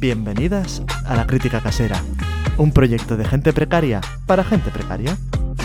Bienvenidas a La Crítica Casera, un proyecto de gente precaria para gente precaria.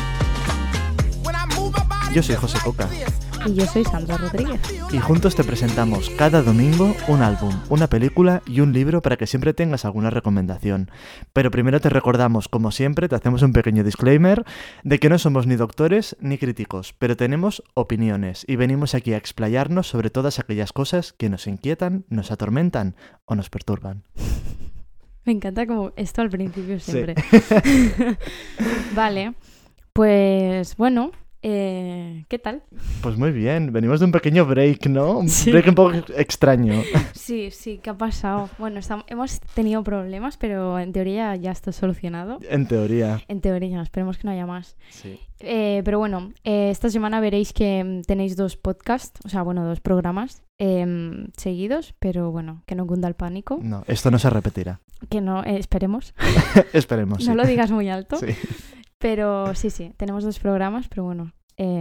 Yo soy José Coca. Y yo soy Sandra Rodríguez. Y juntos te presentamos cada domingo un álbum, una película y un libro para que siempre tengas alguna recomendación. Pero primero te recordamos, como siempre, te hacemos un pequeño disclaimer de que no somos ni doctores ni críticos, pero tenemos opiniones y venimos aquí a explayarnos sobre todas aquellas cosas que nos inquietan, nos atormentan o nos perturban. Me encanta como esto al principio siempre. Sí. Vale, pues bueno... ¿qué tal? Pues muy bien, venimos de un pequeño break, ¿no? Un Sí. break un poco extraño. Sí, ¿qué ha pasado? Bueno, hemos tenido problemas, pero en teoría ya está solucionado. En teoría. En teoría, esperemos que no haya más. Sí. Pero bueno, esta semana veréis que tenéis dos podcasts, o sea, bueno, dos programas seguidos, pero bueno, que no cunda el pánico. No, esto no se repetirá. Que no, esperemos. Esperemos, sí. No lo digas muy alto. Sí. Pero sí, tenemos dos programas, pero bueno,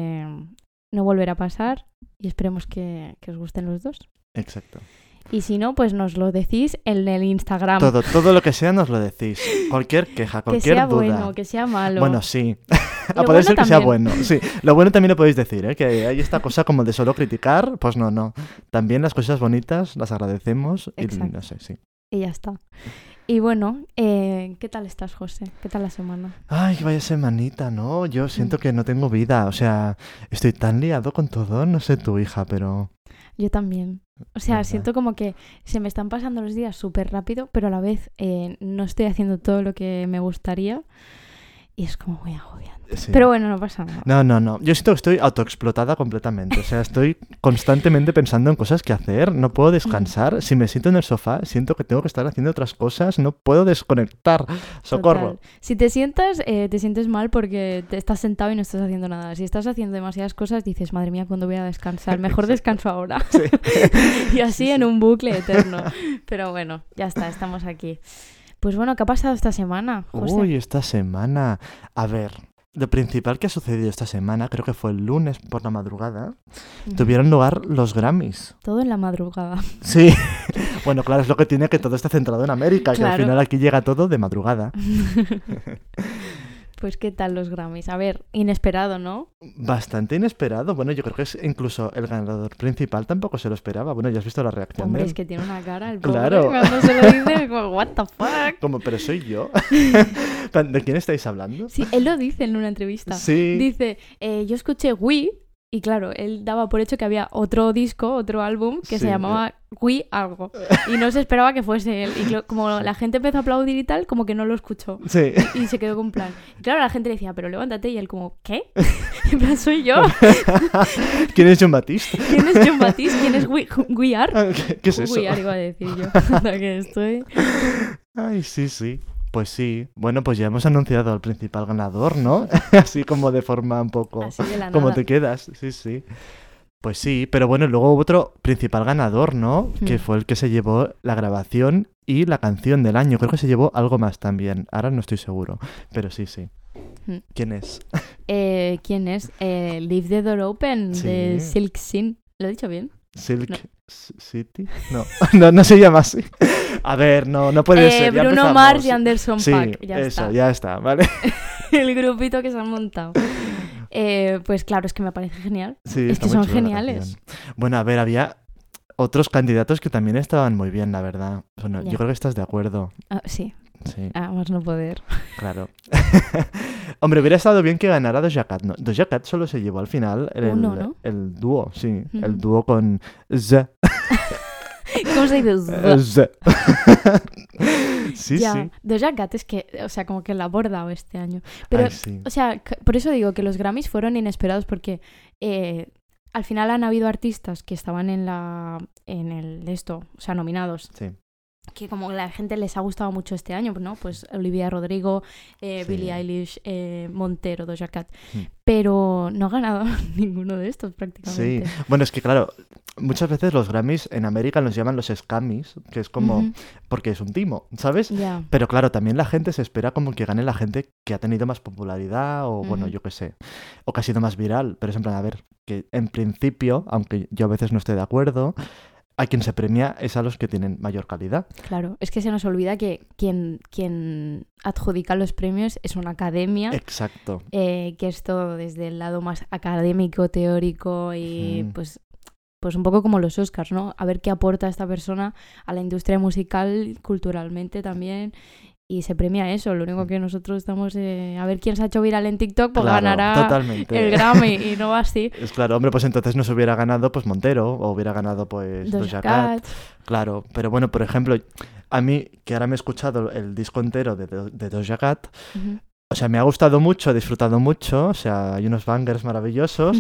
no volverá a pasar y esperemos que os gusten los dos. Exacto. Y si no, pues nos lo decís en el Instagram. Todo lo que sea nos lo decís. Cualquier queja, que cualquier sea duda. bueno, que sea malo. Bueno, sí. Lo A poder bueno ser que sea también. bueno. Sí. Lo bueno también lo podéis decir, ¿eh? Que hay esta cosa como de solo criticar. Pues no. También las cosas bonitas las agradecemos. Y Exacto. no sé, sí. Y ya está. Y bueno, ¿qué tal estás, José? ¿Qué tal la semana? Ay, vaya semanita, ¿no? Yo siento que no tengo vida. O sea, estoy tan liado con todo. No sé tu hija, pero... Yo también. O sea, ¿Verdad? siento como que se me están pasando los días súper rápido, pero a la vez no estoy haciendo todo lo que me gustaría y es como muy agobiante. Sí. Pero bueno, no pasa nada. No. Yo siento que estoy autoexplotada completamente. O sea, estoy constantemente pensando en cosas que hacer. No puedo descansar. Si me siento en el sofá, siento que tengo que estar haciendo otras cosas. No puedo desconectar. ¡Socorro! Total. Si te sientas, te sientes mal porque te estás sentado y no estás haciendo nada. Si estás haciendo demasiadas cosas, dices, madre mía, ¿cuándo voy a descansar? Mejor descanso ahora. Sí. Y así Sí. en un bucle eterno. Pero bueno, ya está, estamos aquí. Pues bueno, ¿qué ha pasado esta semana, José? Uy, esta semana. A ver, lo principal que ha sucedido esta semana, creo que fue el lunes por la madrugada, Ujú. tuvieron lugar los Grammys. Todo en la madrugada. Sí. Bueno, claro, es lo que tiene que todo esté centrado en América, que al Claro. final aquí llega todo de madrugada. Pues ¿qué tal los Grammys? A ver, inesperado, ¿no? Bastante inesperado. Bueno, yo creo que es incluso el ganador principal tampoco se lo esperaba. Bueno, ya has visto la reacción Hombre, de él. es que tiene una cara el pobre. Claro. Cuando se lo dice, como, what the fuck. Como, pero soy yo. ¿De quién estáis hablando? Sí, él lo dice en una entrevista. Sí. Dice, yo escuché Wii, y claro, él daba por hecho que había otro disco, otro álbum, que Sí. se llamaba Wii algo. Y no se esperaba que fuese él. Y como la gente empezó a aplaudir y tal, como que no lo escuchó. Sí. Y se quedó con plan. Y claro, la gente le decía, pero levántate. Y él como, ¿qué? En plan, soy yo. ¿Quién es John Batiste? ¿Quién es John Batiste? ¿Quién es We Are? ¿Qué es eso? We Are iba a decir yo. Hasta que estoy... Ay, sí. Pues sí. Bueno, pues ya hemos anunciado al principal ganador, ¿no? Así como de forma un poco... Así de la ¿Cómo nada. te quedas? Sí. Pues sí, pero bueno, luego hubo otro principal ganador, ¿no? Que fue el que se llevó la grabación y la canción del año. Creo que se llevó algo más también. Ahora no estoy seguro, pero sí. Mm. ¿Quién es? ¿Quién es? Leave the Door Open, Sí. de Silk Sin. ¿Lo he dicho bien? ¿Silk No. City? No se llama así. A ver, no puede ser. ya Bruno empezamos. Mars y Anderson Sí, .Paak. Ya eso, está. ya está, ¿vale? El grupito que se han montado. Pues claro, es que me parece genial. Sí, Es está que muy son chula la geniales. canción. Bueno, a ver, había otros candidatos que también estaban muy bien, la verdad. Bueno, Ya. yo creo que estás de acuerdo. Ah, sí, Sí, a más no poder. claro. Hombre, hubiera estado bien que ganara Doja Cat, ¿no? Doja Cat solo se llevó al final Uno, ¿no? el dúo, sí. Ujú. El dúo con Z. ¿Cómo se dice? Z. Sí, Ya, sí. Doja Cat es que, o sea, como que la ha abordado este año. Pero, Ay, sí. o sea, por eso digo que los Grammys fueron inesperados porque al final han habido artistas que estaban en el esto, o sea, nominados, Sí. que como la gente les ha gustado mucho este año, ¿no? Pues Olivia Rodrigo, Billie Eilish, Montero, Doja Cat. Mm. Pero no ha ganado ninguno de estos Sí. prácticamente. Bueno, es que claro, muchas veces los Grammys en América los llaman los Scammys, que es como... Ujú. Porque es un timo, ¿sabes? Ya. Pero claro, también la gente se espera como que gane la gente que ha tenido más popularidad o, bueno, Ujú. yo qué sé, o que ha sido más viral. Pero es en plan, a ver, que en principio, aunque yo a veces no estoy de acuerdo, a quien se premia es a los que tienen mayor calidad. Claro, es que se nos olvida que quien adjudica los premios es una academia. Exacto. Que es todo desde el lado más académico, teórico y pues un poco como los Oscars, ¿no? A ver qué aporta esta persona a la industria musical, culturalmente también. Y se premia eso. Lo único que nosotros estamos a ver quién se ha hecho viral en TikTok, pues Claro, ganará totalmente. el Grammy y no va así. Es claro, hombre, pues entonces nos hubiera ganado pues Montero o hubiera ganado pues Doja Doja Cat. Cat. Claro, pero bueno, por ejemplo, a mí, que ahora me he escuchado el disco entero de Doja Cat, Ujú. o sea, me ha gustado mucho, he disfrutado mucho, o sea, hay unos bangers maravillosos,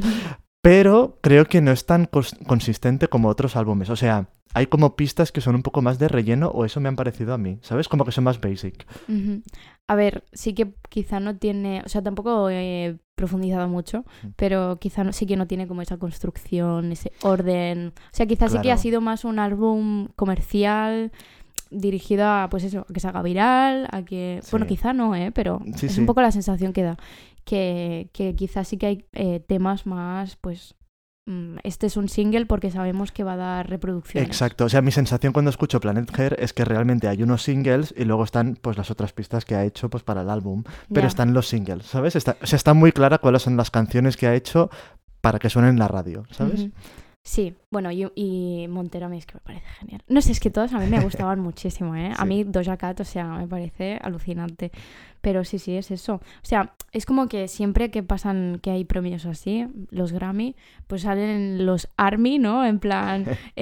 pero creo que no es tan consistente como otros álbumes. O sea, hay como pistas que son un poco más de relleno, o eso me han parecido a mí, ¿sabes? Como que son más basic. Ujú. A ver, sí que quizá no tiene, o sea, tampoco he profundizado mucho, pero quizá sí que no tiene como esa construcción, ese orden. O sea, quizá sí que ha Claro. sido más un álbum comercial dirigido a, pues eso, a que se haga viral, a que... Sí. Bueno, quizá no, pero Sí, es sí. un poco la sensación que da. Que quizás sí que hay temas más, pues, este es un single porque sabemos que va a dar reproducciones. Exacto, o sea, mi sensación cuando escucho Planet Her es que realmente hay unos singles y luego están pues las otras pistas que ha hecho pues para el álbum, pero Ya. están los singles, ¿sabes? O sea, está muy clara cuáles son las canciones que ha hecho para que suenen en la radio, ¿sabes? Ujú. Sí, bueno, y Montero a mí es que me parece genial. No sé, es que todos a mí me gustaban muchísimo, ¿eh? A Sí. mí Doja Cat, o sea, me parece alucinante. Pero sí, es eso. O sea, es como que siempre que pasan, que hay premios así, los Grammy, pues salen los ARMY, ¿no? En plan,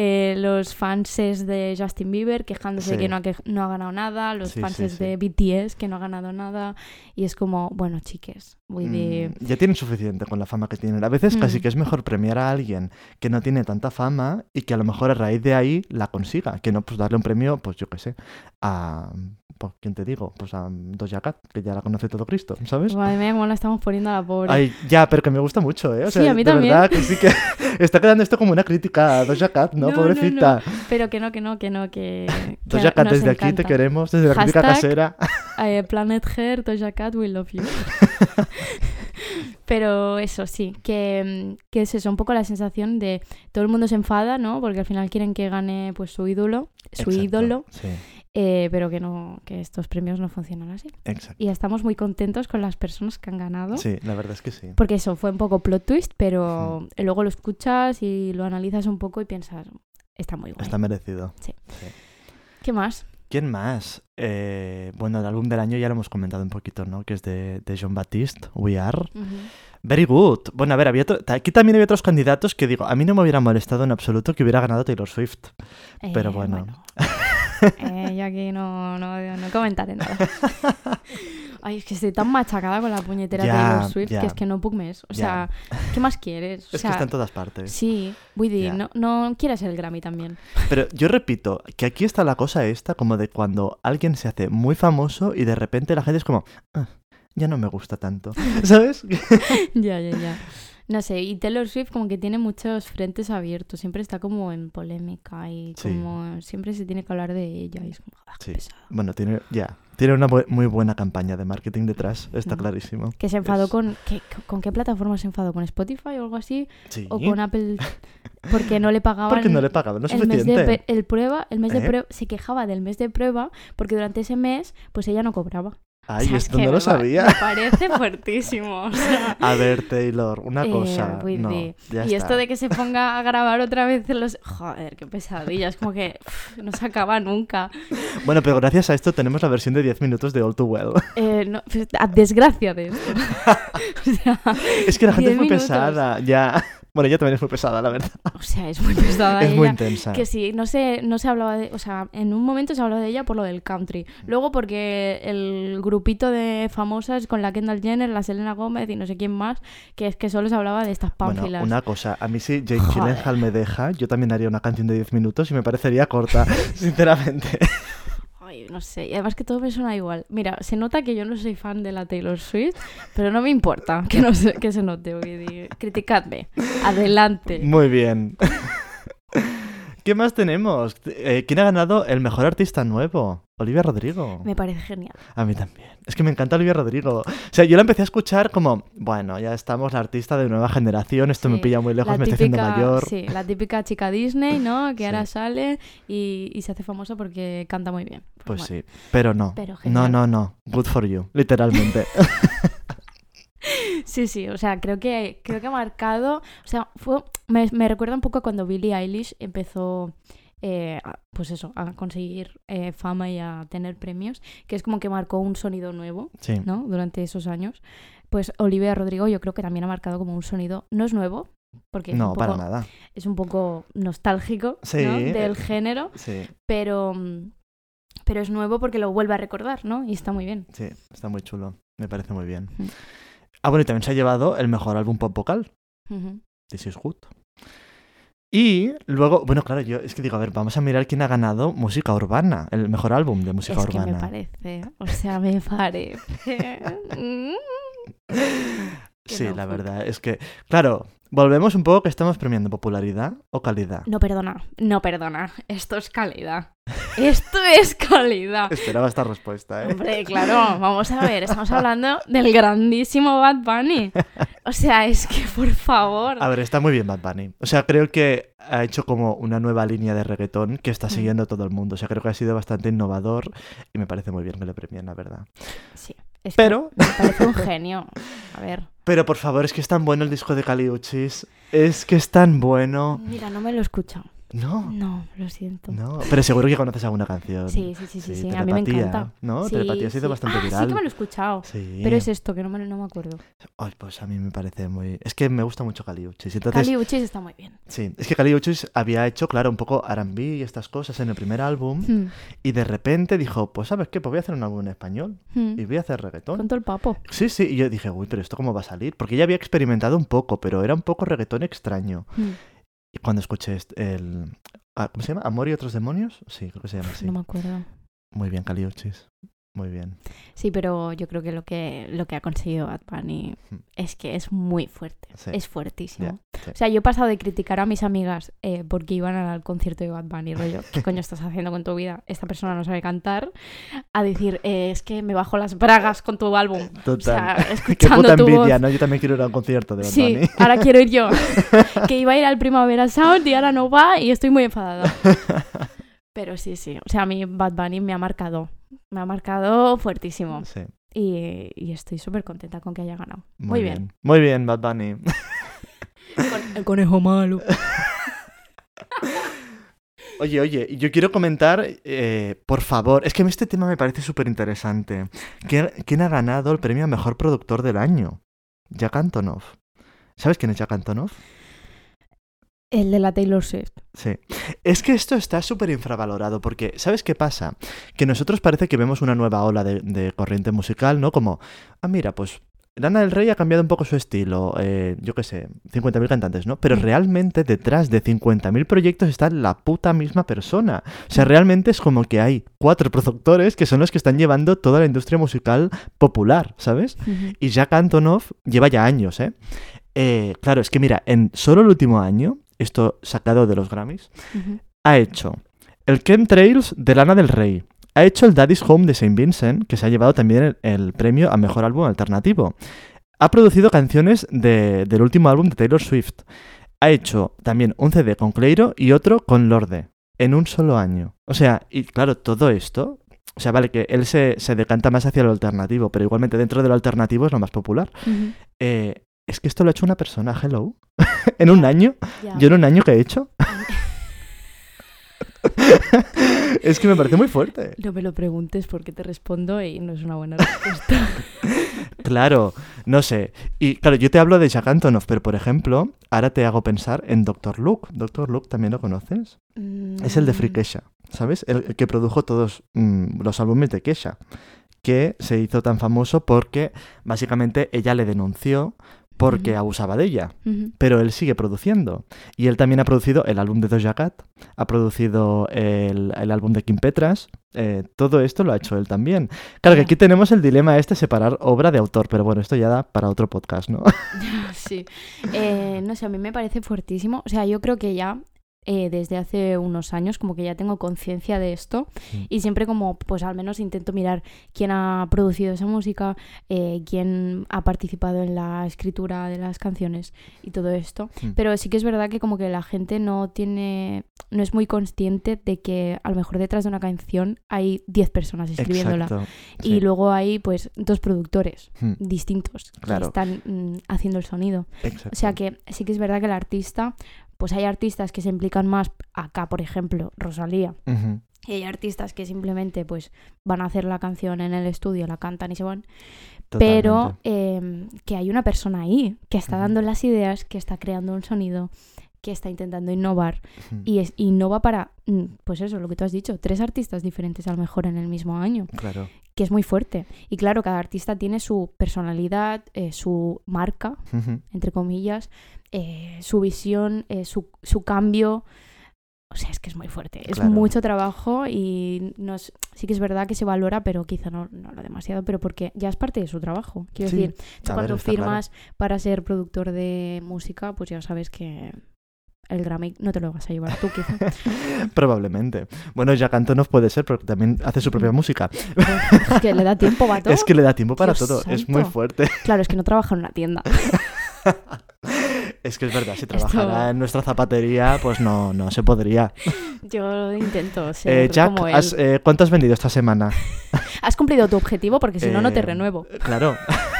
los fanses de Justin Bieber quejándose Sí. de que no ha ganado nada, los Sí, fanses sí, sí. de BTS que no ha ganado nada. Y es como, bueno, chiques, voy de... Ya tienen suficiente con la fama que tienen. A veces casi que es mejor premiar a alguien que no tiene tanta fama y que a lo mejor a raíz de ahí la consiga, que no pues darle un premio, pues yo qué sé, a... Pues, ¿quién te digo? Pues a Doja Cat, que ya la conoce todo Cristo, ¿sabes? Madre mía, cómo la estamos poniendo a la pobre. Ay, ya, pero que me gusta mucho, ¿eh? O sea, Sí, a mí de también. verdad que sí que está quedando esto como una crítica a Doja Cat, ¿no? No, Pobrecita. no. Pero que no. Doja Cat, nos desde aquí te encanta. queremos, desde la crítica Hashtag, casera. Planet Her, Doja Cat, we love you. Pero eso sí, que es eso, un poco la sensación de todo el mundo se enfada, ¿no? Porque al final quieren que gane pues su ídolo, Exacto, sí, pero que no, que estos premios no funcionan así. exacto. Y estamos muy contentos con las personas que han ganado. Sí, la verdad es que sí. Porque eso fue un poco plot twist, pero luego lo escuchas y lo analizas un poco y piensas, está muy guay. Está merecido. Sí. Sí. ¿Qué más? ¿Quién más? Bueno, el álbum del año ya lo hemos comentado un poquito, ¿no? Que es de Jon Batiste, We Are. Ujú. Very good. Bueno, a ver, aquí también había otros candidatos que digo, a mí no me hubiera molestado en absoluto que hubiera ganado Taylor Swift. Pero bueno. Yo aquí no comentaré nada. Ay, es que estoy tan machacada con la puñetera Ya, Taylor Swift ya. que es que no puc més. O Ya. sea, ¿qué más quieres? O Es sea, que está en todas partes. sí, vull dir, Ya. no quieres el Grammy también. Pero yo repito, que aquí está la cosa esta como de cuando alguien se hace muy famoso y de repente la gente es como, "Ah, ya no me gusta tanto", ¿sabes? Ya. No sé, y Taylor Swift como que tiene muchos frentes abiertos, siempre está como en polémica y Sí. como siempre se tiene que hablar de ella y es como, qué Sí. pesado. Bueno, tiene una muy buena campaña de marketing detrás, está clarísimo. Que se enfadó Es- ¿con qué plataforma se enfadó? ¿Con Spotify o algo así? Sí. ¿O con Apple? Porque no le pagaban... Porque no le pagaban, no es el mes suficiente. el mes de ¿Eh? prueba, se quejaba del mes de prueba porque durante ese mes pues ella no cobraba. Ay, O sea, es esto que no lo me sabía. parece fuertísimo. O sea, A ver, Taylor, una cosa. vull No, dir, ya y está. esto de que se ponga a grabar otra vez los... Joder, qué pesadilla. Es como que no se acaba nunca. Bueno, pero gracias a esto tenemos la versión de 10 minutos de All Too Well. No, pues, a desgracia de esto. O sea, Es que la gente 10 es muy minutos. pesada, ya. Bueno, ella también es muy pesada, la verdad. O sea, es muy pesada Es ella. muy intensa. Que sí, no se hablaba de... O sea, en un momento se habló de ella por lo del country. Luego porque el grupito de famosas con la Kendall Jenner, la Selena Gómez y no sé quién más, que es que solo se hablaba de estas pánfilas. Bueno, una cosa, a mí si Jake Joder. Gyllenhaal me deja, yo también haría una canción de 10 minutos y me parecería corta, sinceramente. Ay, no sé. Y además que todo me suena igual. Mira, se nota que yo no soy fan de la Taylor Swift, pero no me importa que se note. Criticadme. Adelante. Muy bien. ¿Qué más tenemos? ¿Quién ha ganado el mejor artista nuevo? Olivia Rodrigo. Me parece genial. A mí también. Es que me encanta Olivia Rodrigo. O sea, yo la empecé a escuchar como, bueno, ya estamos la artista de nueva generación, esto me pilla muy lejos, me estoy haciendo mayor. Sí, la típica chica Disney, ¿no? Que Sí. ahora sale y se hace famosa porque canta muy bien. Pues bueno. sí, pero no. Pero genial. No. Good for you, literalmente. Sí, o sea, creo que ha marcado, o sea, me recuerda un poco a cuando Billie Eilish empezó, pues eso, a conseguir fama y a tener premios, que es como que marcó un sonido nuevo, Sí. ¿no? Durante esos años. Pues Olivia Rodrigo yo creo que también ha marcado como un sonido, no es nuevo, porque No, para nada. es un poco nostálgico, Sí. ¿no? Del género, Sí, pero es nuevo porque lo vuelve a recordar, ¿no? Y está muy bien. sí, está muy chulo. Me parece muy bien. Mm. Ah, bueno, y también se ha llevado el mejor álbum pop vocal. Ujú. This is good. Y luego, bueno, claro, yo es que digo, a ver, vamos a mirar quién ha ganado música urbana, el mejor álbum de música Es que urbana. me parece, o sea, me parece. Sí, no, la fuck. verdad es que, claro, volvemos un poco que estamos premiando popularidad o calidad. No perdona, esto es calidad. Esto es calidad. Esperaba esta respuesta, ¿eh? Hombre, claro, vamos a ver, estamos hablando del grandísimo Bad Bunny. O sea, es que por favor. A ver, está muy bien Bad Bunny. O sea, creo que ha hecho como una nueva línea de reggaetón que está siguiendo todo el mundo. O sea, creo que ha sido bastante innovador y me parece muy bien que le premien, la verdad. Sí, es Pero, que me parece un genio. A ver. pero por favor, es que es tan bueno el disco de Kali Uchis. Es que es tan bueno. Mira, no me lo he escuchado. No, No, lo siento. no. Pero seguro que conoces alguna canción. Sí. A mí me Telepatía, encanta. ¿no? Sí, Telepatía ha sido bastante viral. Sí que me lo he escuchado. Sí. Pero es esto, que no me acuerdo. Ay, pues a mí me parece muy... Es que me gusta mucho Kali Uchis. Entonces, Kali Uchis está muy bien. sí, es que Kali Uchis había hecho, claro, un poco R&B y estas cosas en el primer álbum. Y de repente dijo, pues ¿sabes qué? Pues voy a hacer un álbum en español. Y voy a hacer reggaetón. Con todo el papo. Sí, y yo dije, uy, pero ¿esto cómo va a salir? Porque ya había experimentado un poco, pero era un poco reggaetón extraño. Y cuando escuché ¿cómo se llama? ¿Amor y otros demonios? Sí, creo que se llama así. No me acuerdo. Muy bien, Kali Uchis. Muy bien. Sí, pero yo creo que lo que ha conseguido Bad Bunny es que es muy fuerte. Sí. Es fuertísimo. Yeah, sí. O sea, yo he pasado de criticar a mis amigas porque iban al concierto de Bad Bunny, rollo, ¿qué coño estás haciendo con tu vida? Esta persona no sabe cantar. A decir, es que me bajo las bragas con tu álbum. Total. O sea, Qué escuchando puta tu envidia, voz. ¿no? Yo también quiero ir a un concierto de Bad Sí, Bunny. ahora quiero ir yo. Que iba a ir al Primavera Sound y ahora no va y estoy muy enfadada. Pero sí. O sea, a mí Bad Bunny me ha marcado. Me ha marcado fuertísimo. Sí. Y estoy súper contenta con que haya ganado. Muy bien. Muy bien, Bad Bunny. El conejo malo. Oye, yo quiero comentar, por favor, es que este tema me parece súper interesante. ¿Quién ha ganado el premio a Mejor Productor del Año? Jack Antonoff. ¿Sabes quién es Jack Antonoff? El de la Taylor Swift. Sí. Es que esto está súper infravalorado porque, ¿sabes qué pasa? Que nosotros parece que vemos una nueva ola de corriente musical, ¿no? Como, mira, pues Lana del Rey ha cambiado un poco su estilo, yo qué sé, 50.000 cantantes, ¿no? Pero realmente detrás de 50.000 proyectos está la puta misma persona. O sea, realmente es como que hay 4 productores que son los que están llevando toda la industria musical popular, ¿sabes? Y Jack Antonoff lleva ya años, ¿eh? Claro, es que mira, en solo el último año, esto sacado de los Grammys, ha hecho el Chemtrails de Lana del Rey, ha hecho el Daddy's Home de Saint Vincent, que se ha llevado también el premio a Mejor Álbum Alternativo. Ha producido canciones del último álbum de Taylor Swift. Ha hecho también un CD con Cleiro y otro con Lorde, en un solo año. O sea, y claro, todo esto... O sea, vale, que él se decanta más hacia lo alternativo, pero igualmente dentro de lo alternativo es lo más popular. Es que esto lo ha hecho una persona, hello. ¿En un año? Ya. ¿Yo en un año qué he hecho? Es que me parece muy fuerte. No me lo preguntes porque te respondo y no es una buena respuesta. Claro, no sé. Y claro, yo te hablo de Jack Antonoff, pero por ejemplo, ahora te hago pensar en Dr. Luke. ¿Dr. Luke también lo conoces? Es el de Free Kesha, ¿sabes? El que produjo todos los álbumes de Kesha, que se hizo tan famoso porque básicamente ella le denunció porque abusaba de ella, pero él sigue produciendo. Y él también ha producido el álbum de Doja Cat, ha producido el álbum de Kim Petras, todo esto lo ha hecho él también. Claro que aquí tenemos el dilema separar obra de autor, pero bueno, esto ya da para otro podcast, ¿no? Sí. No sé, a mí me parece fuertísimo. O sea, yo creo que ya desde hace unos años, como que ya tengo conciencia de esto y siempre como pues al menos intento mirar quién ha producido esa música, quién ha participado en la escritura de las canciones y todo esto. Pero sí que es verdad que como que la gente no es muy consciente de que a lo mejor detrás de una canción hay 10 personas escribiéndola. Exacto, y sí. luego hay pues 2 productores distintos Claro. que están haciendo el sonido. Exacto. O sea que sí que es verdad que el artista, pues hay artistas que se implican más, acá por ejemplo Rosalía, Ujú. y hay artistas que simplemente pues van a hacer la canción en el estudio, la cantan y se van. Pero que hay una persona ahí que está dando las ideas, que está creando un sonido, que está intentando innovar y innova para, pues eso, lo que tú has dicho, 3 artistas diferentes a lo mejor en el mismo año, Claro. que es muy fuerte. Y claro, cada artista tiene su personalidad, su marca, Ujú. entre comillas, su visión, su cambio. O sea, es que es muy fuerte. Es Claro. mucho trabajo y sí que es verdad que se valora, pero quizá no lo demasiado, pero porque ya es parte de su trabajo. Quiero Sí, decir, tú a ver, cuando está firmas para ser productor de música, pues ya sabes que el Grammy no te lo vas a llevar tú, quizá. Probablemente. Bueno, Jack Antonoff puede ser, porque también hace su propia música. Es que le da tiempo para todo. Es que le da tiempo para Dios todo. Es santo. muy fuerte. Claro, es que no trabaja en una tienda. Es que es verdad, si trabajara en nuestra zapatería, pues no se podría. Yo intento ser Jack, como él. ¿cuánto has vendido esta semana? Has cumplido tu objetivo porque si no, no te renuevo. Claro.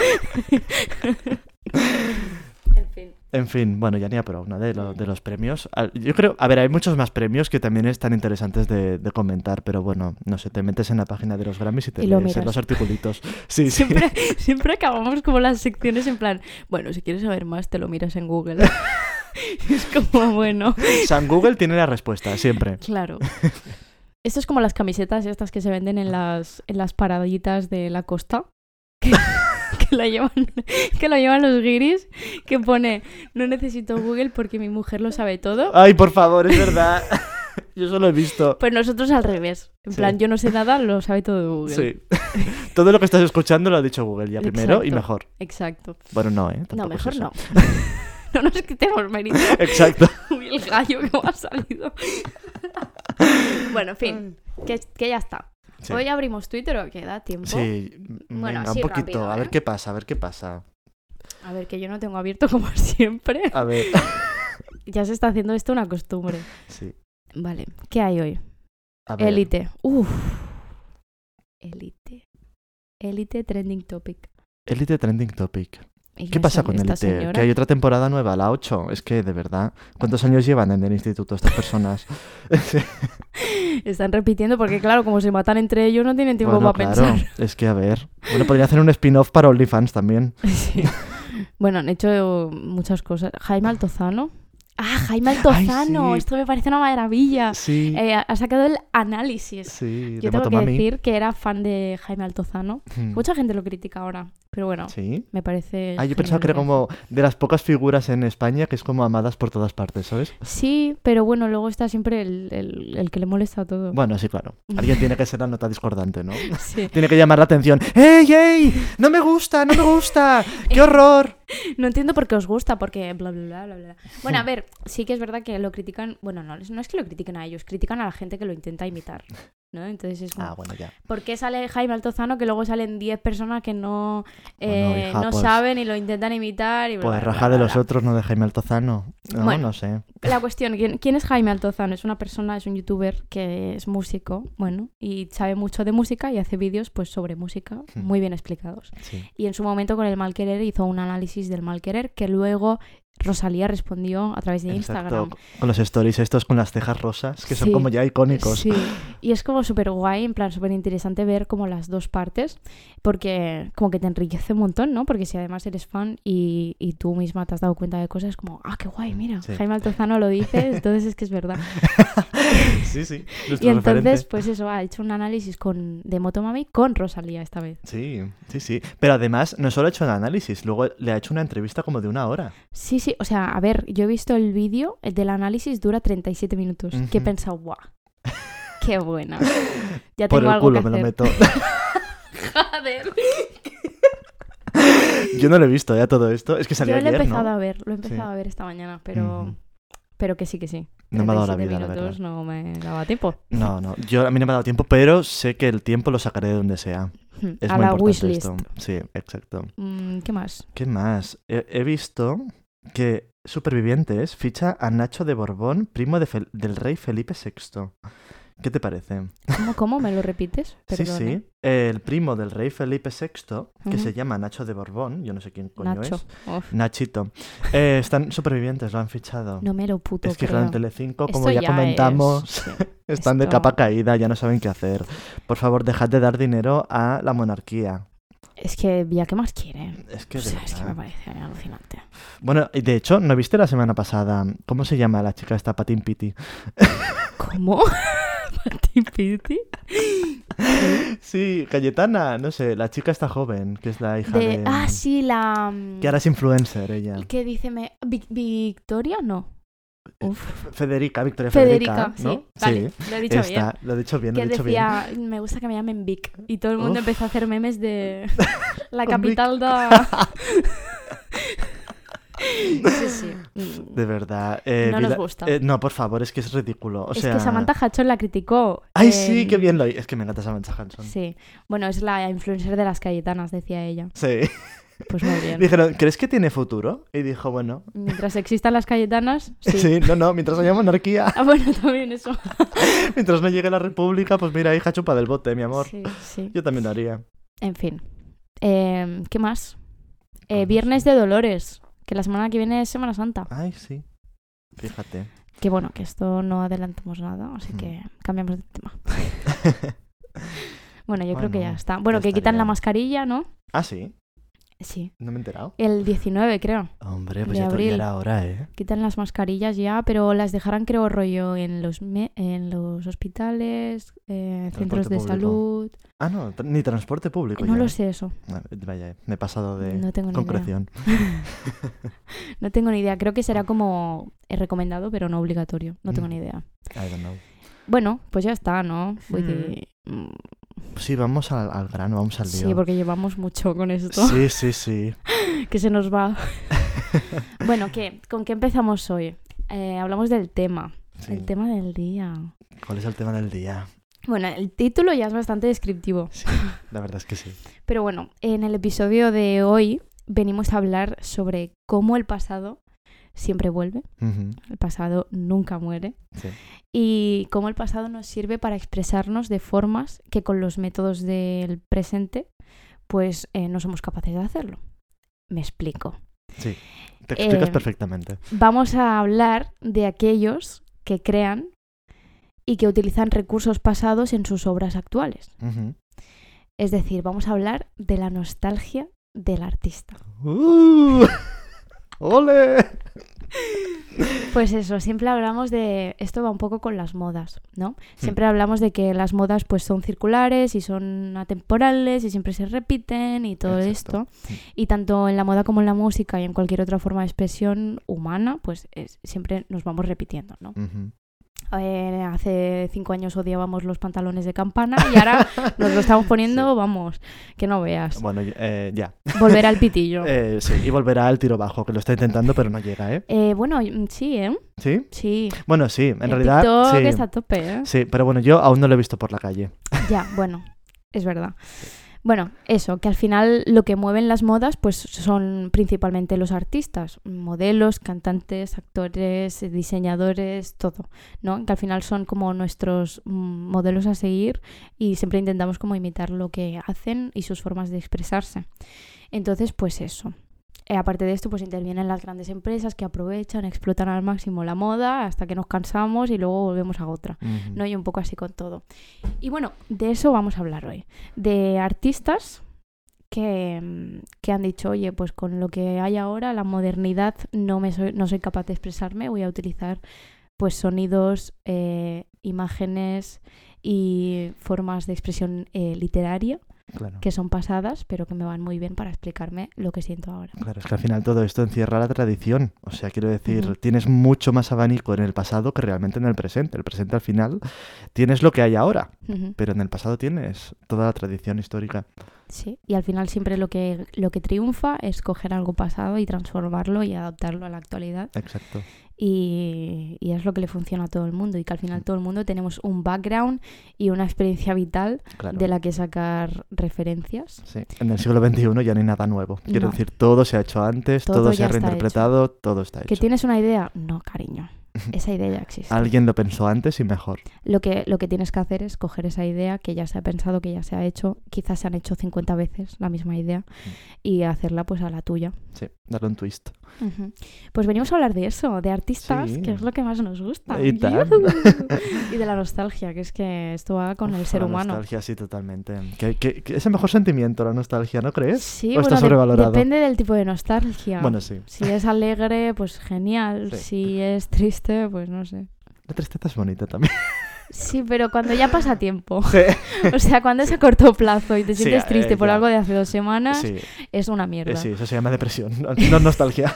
En fin. En fin, bueno, ya ni apro, ¿no? De los premios. Yo creo, a ver, hay muchos más premios que también están interesantes de comentar, pero bueno, no sé, te metes en la página de los Grammys y te Y lo lees miras. los articulitos. Sí, Siempre acabamos como las secciones en plan, bueno, si quieres saber más te lo miras en Google. Es como, bueno, San Google tiene la respuesta, siempre. claro. Esto es como las camisetas estas que se venden en las paraditas de la costa. Que lo llevan los guiris, que pone, no necesito Google porque mi mujer lo sabe todo. Ay, por favor, es verdad. Yo solo he visto. Pues nosotros al revés. En Sí. plan, yo no sé nada, lo sabe todo Google. Sí. Todo lo que estás escuchando lo ha dicho Google ya primero y Exacto. mejor. Exacto. Bueno, no, ¿eh? No, Tampoco es mejor eso. no. No nos quitemos mérito. Exacto. Uy, el gallo que me ha salido. Bueno, en fin, que ya está. Sí. Hoy abrimos Twitter o qué da tiempo. Sí, Bueno, venga, así un poquito. rápido, A ver ¿eh? qué pasa, a ver qué pasa. A ver, que yo no tengo abierto como siempre. A ver. Ya se está haciendo esto una costumbre. Sí. Vale, ¿qué hay hoy? A ver. Élite. Uf. Élite. Élite trending topic. Élite Trending Topic. Y ¿Qué me pasa sale con esta Élite? señora. Que hay otra temporada nueva, la 8. Es que, de verdad, ¿cuántos años llevan en el instituto estas personas? Sí. Están repitiendo porque, claro, como se matan entre ellos, no tienen tiempo Bueno, para claro, pensar. es que, a ver. Bueno, podría hacer un spin-off para OnlyFans también. Sí. Bueno, han hecho muchas cosas. Jaime Altozano. ¡Ah, Jaime Altozano! sí. Esto me parece una maravilla. Sí, Ha sacado el análisis. sí, Yo de tengo que Motomami. decir que era fan de Jaime Altozano. Mm. Mucha gente lo critica ahora, pero bueno, Sí. me parece... Ah, yo pensaba que era genial. como de las pocas figuras en España que es como amadas por todas partes, ¿sabes? Sí, pero bueno, luego está siempre el que le molesta a todo. Bueno, sí, claro. Alguien tiene que ser la nota discordante, ¿no? Sí. Tiene que llamar la atención. ¡Ey, ey! ¡No me gusta, no me gusta! ¡Qué horror! No entiendo por qué os gusta, porque bla, bla, bla, bla, bla. Bueno, a ver, sí que es verdad que lo critican... Bueno, no es que lo critiquen a ellos, critican a la gente que lo intenta imitar, ¿no? Entonces es como... Ah, bueno, ya. ¿Por qué sale Jaime Altozano que luego salen 10 personas que no, Bueno, hija, no pues- saben y lo intentan imitar? Y bla, Pues bla, raja bla, de los bla. otros, no de Jaime Altozano. No, Bueno. no sé. La cuestión, ¿quién es Jaime Altozano? Es una persona, es un youtuber que es músico, bueno, y sabe mucho de música y hace vídeos pues sobre música muy bien explicados. Sí. Y en su momento con el mal querer hizo un análisis del mal querer que luego Rosalía respondió a través de Instagram. Exacto. Con los stories estos con las cejas rosas, que son Sí. como ya icónicos. Sí, y es como súper guay, en plan súper interesante ver como las dos partes, porque como que te enriquece un montón, ¿no? Porque si además eres fan y tú misma te has dado cuenta de cosas como, ah, qué guay, mira, Sí. Jaime Altozano lo dice, entonces es que es verdad. Sí, sí. Y Nuestro entonces, referente. pues eso, ha hecho un análisis de Motomami con Rosalía esta vez. Sí, sí, sí. Pero además, no solo ha hecho un análisis, luego le ha hecho una entrevista como de 1 hora. Sí, sí, o sea, a ver, yo he visto el vídeo, el del análisis dura 37 minutos, que he Ujú. pensado, guau, qué buena. Ya Por tengo el algo culo que me lo hacer. meto. Joder. Yo no lo he visto ya todo esto. Es que salió Yo lo he ayer, empezado ¿no? a ver, lo he empezado Sí. a ver esta mañana, Ujú. pero que sí, que sí. No me ha dado la 37 vida, la minutos verdad. no me daba tiempo. No, a mí no me ha dado tiempo, pero sé que el tiempo lo sacaré de donde sea. Es A muy la importante wishlist. esto. Sí, exacto. ¿Qué más? ¿Qué más? He visto que Supervivientes ficha a Nacho de Borbón, primo del rey Felipe VI. ¿Qué te parece? ¿Cómo? ¿Me lo repites? Perdón, Sí, sí. El primo del rey Felipe VI, que Ujú. se llama Nacho de Borbón, yo no sé quién coño Nacho. es. Uf, Nachito. Están Supervivientes, lo han fichado. no me lo puto Es que creo. claro, en Telecinco, como Esto ya comentamos, sí. están de Esto- capa caída, ya no saben qué hacer. Por favor, dejad de dar dinero a la monarquía. Es que ya, ¿qué más quieren? Es que O de sea, es que verdad. me parece alucinante. Bueno, y de hecho, ¿no viste la semana pasada? ¿Cómo se llama la chica esta Patín Piti? ¿Cómo? ¿Pati Piti? Sí, Cayetana, no sé, la chica está joven, que es la hija de... Ah, sí, la... Que ahora es influencer ella. ¿Qué dice? ¿Victoria? No. Uf. Victoria Federica, ¿no? sí. Vale, lo he dicho bien. Esta, lo he dicho bien, lo Que he dicho bien. decía, me gusta que me llamen Vic. Y todo el mundo Uf. empezó a hacer memes de la Con Vic. capital de... Sí, sí. De verdad. No nos gusta. No, por favor, es que es ridículo. O Es sea... que Samantha Hudson la criticó. ¡Ay, sí! ¡Qué bien lo Es que me encanta Samantha Hudson. Sí. Bueno, es la influencer de las Cayetanas, decía ella. Sí. Pues muy bien. Dijeron, ¿crees que tiene futuro? Y dijo, bueno... Mientras existan las Cayetanas, sí. Sí, no, mientras haya monarquía, Ah, bueno, también eso. mientras no llegue la república, pues mira, hija, chupa del bote, mi amor. Sí, sí. Yo también lo haría. En fin. ¿Qué más? Pues no Viernes sé. de Dolores, que la semana que viene es Semana Santa. Ay, sí. Fíjate. Que bueno, que esto no adelantamos nada, así Mm. que cambiamos de tema. Bueno, yo creo que ya Bueno, está. Bueno, ya que quitan estaría. la mascarilla, ¿no? Ah, sí. Sí. No me he enterado. El 19, creo. Hombre, pues De ya abril. era hora, ¿eh? Quitan las mascarillas ya, pero las dejarán, creo, rollo en los hospitales, centros de público. salud. Ah, no, ni transporte público. No ya, lo ¿eh? sé eso. Vaya, me he pasado de No tengo ni concreción. No tengo ni idea. Creo que será como recomendado, pero no obligatorio. No tengo Mm. ni idea. I don't know. Bueno, pues ya está, ¿no? Vull dir, Sí, vamos al grano, vamos al lío. sí, porque llevamos mucho con esto, Sí. que se nos va. Bueno, ¿con qué empezamos hoy? Hablamos del tema, Sí. el tema del día. ¿Cuál es el tema del día? Bueno, el título ya es bastante descriptivo. Sí, la verdad es que sí. Pero bueno, en el episodio de hoy venimos a hablar sobre cómo el pasado siempre vuelve, Ujú, el pasado nunca muere, sí. y cómo el pasado nos sirve para expresarnos de formas que con los métodos del presente pues no somos capaces de hacerlo. Me explico. Sí, te explicas perfectamente. Vamos a hablar de aquellos que crean y que utilizan recursos pasados en sus obras actuales. Ujú. Es decir, vamos a hablar de la nostalgia del artista. ¡Ole! Pues eso, siempre hablamos de... Esto va un poco con las modas, ¿no? Siempre hablamos de que las modas pues son circulares y son atemporales y siempre se repiten y todo Exacto. esto. Y tanto en la moda como en la música y en cualquier otra forma de expresión humana, pues siempre nos vamos repitiendo, ¿no? Ujú. Hace 5 años odiábamos los pantalones de campana y ahora nos lo estamos poniendo, Sí. vamos, que no veas. Bueno, ya. Volver al pitillo. Sí, y volverá al tiro bajo, que lo está intentando, pero no llega, ¿eh? Bueno, sí, ¿eh? ¿Sí? Sí. Bueno, sí, en El realidad. TikTok Sí. está a tope, ¿eh? Sí, pero bueno, yo aún no lo he visto por la calle. Ya, bueno, es verdad. Bueno, eso, que al final lo que mueven las modas pues son principalmente los artistas, modelos, cantantes, actores, diseñadores, todo, ¿no? Que al final son como nuestros modelos a seguir y siempre intentamos como imitar lo que hacen y sus formas de expresarse. Entonces, pues eso. Aparte de esto, pues intervienen las grandes empresas que aprovechan, explotan al máximo la moda hasta que nos cansamos y luego volvemos a otra, Ujú. ¿no? Y un poco así con todo. Y bueno, de eso vamos a hablar hoy. De artistas que han dicho, oye, pues con lo que hay ahora, la modernidad, no soy capaz de expresarme, voy a utilizar pues sonidos, imágenes y formas de expresión literaria Claro. que son pasadas, pero que me van muy bien para explicarme lo que siento ahora. Claro, es que al final todo esto encierra la tradición. O sea, quiero decir, Ujú. tienes mucho más abanico en el pasado que realmente en el presente. El presente al final tienes lo que hay ahora, Ujú. pero en el pasado tienes toda la tradición histórica. Sí, y al final siempre lo que triunfa es coger algo pasado y transformarlo y adaptarlo a la actualidad. Exacto. y es lo que le funciona a todo el mundo y que al final todo el mundo tenemos un background y una experiencia vital de la que sacar referencias. Sí, en el siglo XXI ya no hay nada nuevo. Quiero decir, todo se ha hecho antes, todo se ha reinterpretado, todo está hecho. ¿Que tienes una idea? No, cariño. Esa idea ya existe. Alguien lo pensó antes y mejor. Lo que tienes que hacer es coger esa idea que ya se ha pensado, que ya se ha hecho, quizás se han hecho 50 veces la misma idea, y hacerla pues a la tuya. Sí, darle un twist. Uh-huh. Pues venimos a hablar de eso, de artistas, que es lo que más nos gusta. Y de la nostalgia, que es que esto va con el ser humano. La nostalgia, sí, totalmente. Que es el mejor sentimiento, la nostalgia, ¿no crees? Sí, ¿O está sobrevalorado? Depende del tipo de nostalgia. Bueno, sí. Si es alegre, pues genial. Sí. Si es triste, pues no sé. La tristeza es bonita también. Sí, pero cuando ya pasa tiempo. Sí. O sea, cuando es a corto plazo y te sientes triste por algo de hace 2 semanas, es una mierda. Sí, eso se llama depresión, no nostalgia.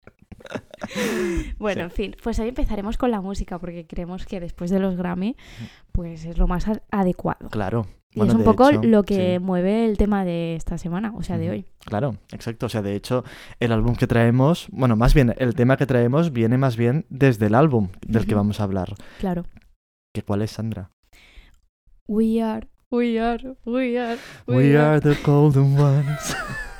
Bueno, en fin, pues hoy empezaremos con la música porque creemos que después de los Grammy pues es lo más adecuado. Claro. Y bueno, es un poco lo que mueve el tema de esta semana, o sea, de hoy. Claro, exacto. O sea, de hecho, el álbum que traemos, bueno, más bien, el tema que traemos viene más bien desde el álbum del que vamos a hablar. Claro. ¿Que cuál es, Sandra? We are the golden ones.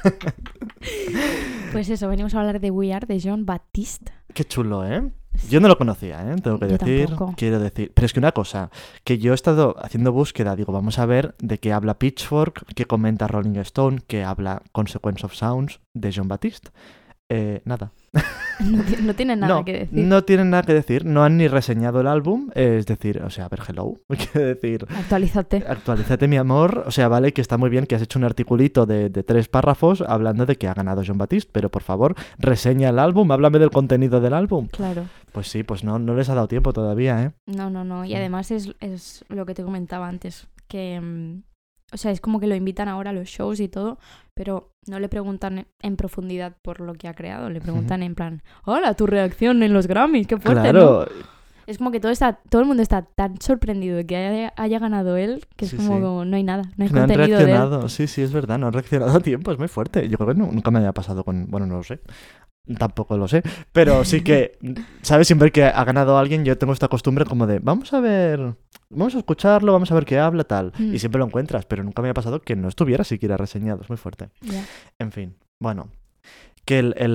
Pues eso, venimos a hablar de We Are, de Jon Batiste. Qué chulo, ¿eh? Yo no lo conocía, ¿eh? Tengo que decir. Tampoco. Quiero decir. Pero es que una cosa, que yo he estado haciendo búsqueda, digo, vamos a ver de qué habla Pitchfork, qué comenta Rolling Stone, qué habla Consequence of Sounds de Jon Batiste. Nada. No tienen nada que decir. No tienen nada que decir. No han ni reseñado el álbum. Es decir, o sea, a ver, hello. Quiero decir... Actualízate, mi amor. O sea, vale que está muy bien que has hecho un articulito de 3 párrafos hablando de que ha ganado Jon Batiste, pero por favor, reseña el álbum, háblame del contenido del álbum. Claro. Pues sí, pues no les ha dado tiempo todavía, ¿eh? No. Y además es lo que te comentaba antes, que... O sea, es como que lo invitan ahora a los shows y todo, pero no le preguntan en profundidad por lo que ha creado. Le preguntan en plan, hola, tu reacción en los Grammys, qué fuerte, claro. ¿no? Es como que todo el mundo está tan sorprendido de que haya ganado él, que es como no hay nada, no hay contenido de él. Sí, es verdad, no han reaccionado a tiempo, es muy fuerte. Yo creo que nunca me había pasado con... Bueno, no lo sé. Tampoco lo sé, pero sí que, ¿sabes? Siempre que ha ganado alguien yo tengo esta costumbre como de, vamos a escucharlo, vamos a ver qué habla, tal. Y siempre lo encuentras, pero nunca me había pasado que no estuviera siquiera reseñado, es muy fuerte. Yeah. En fin, bueno, que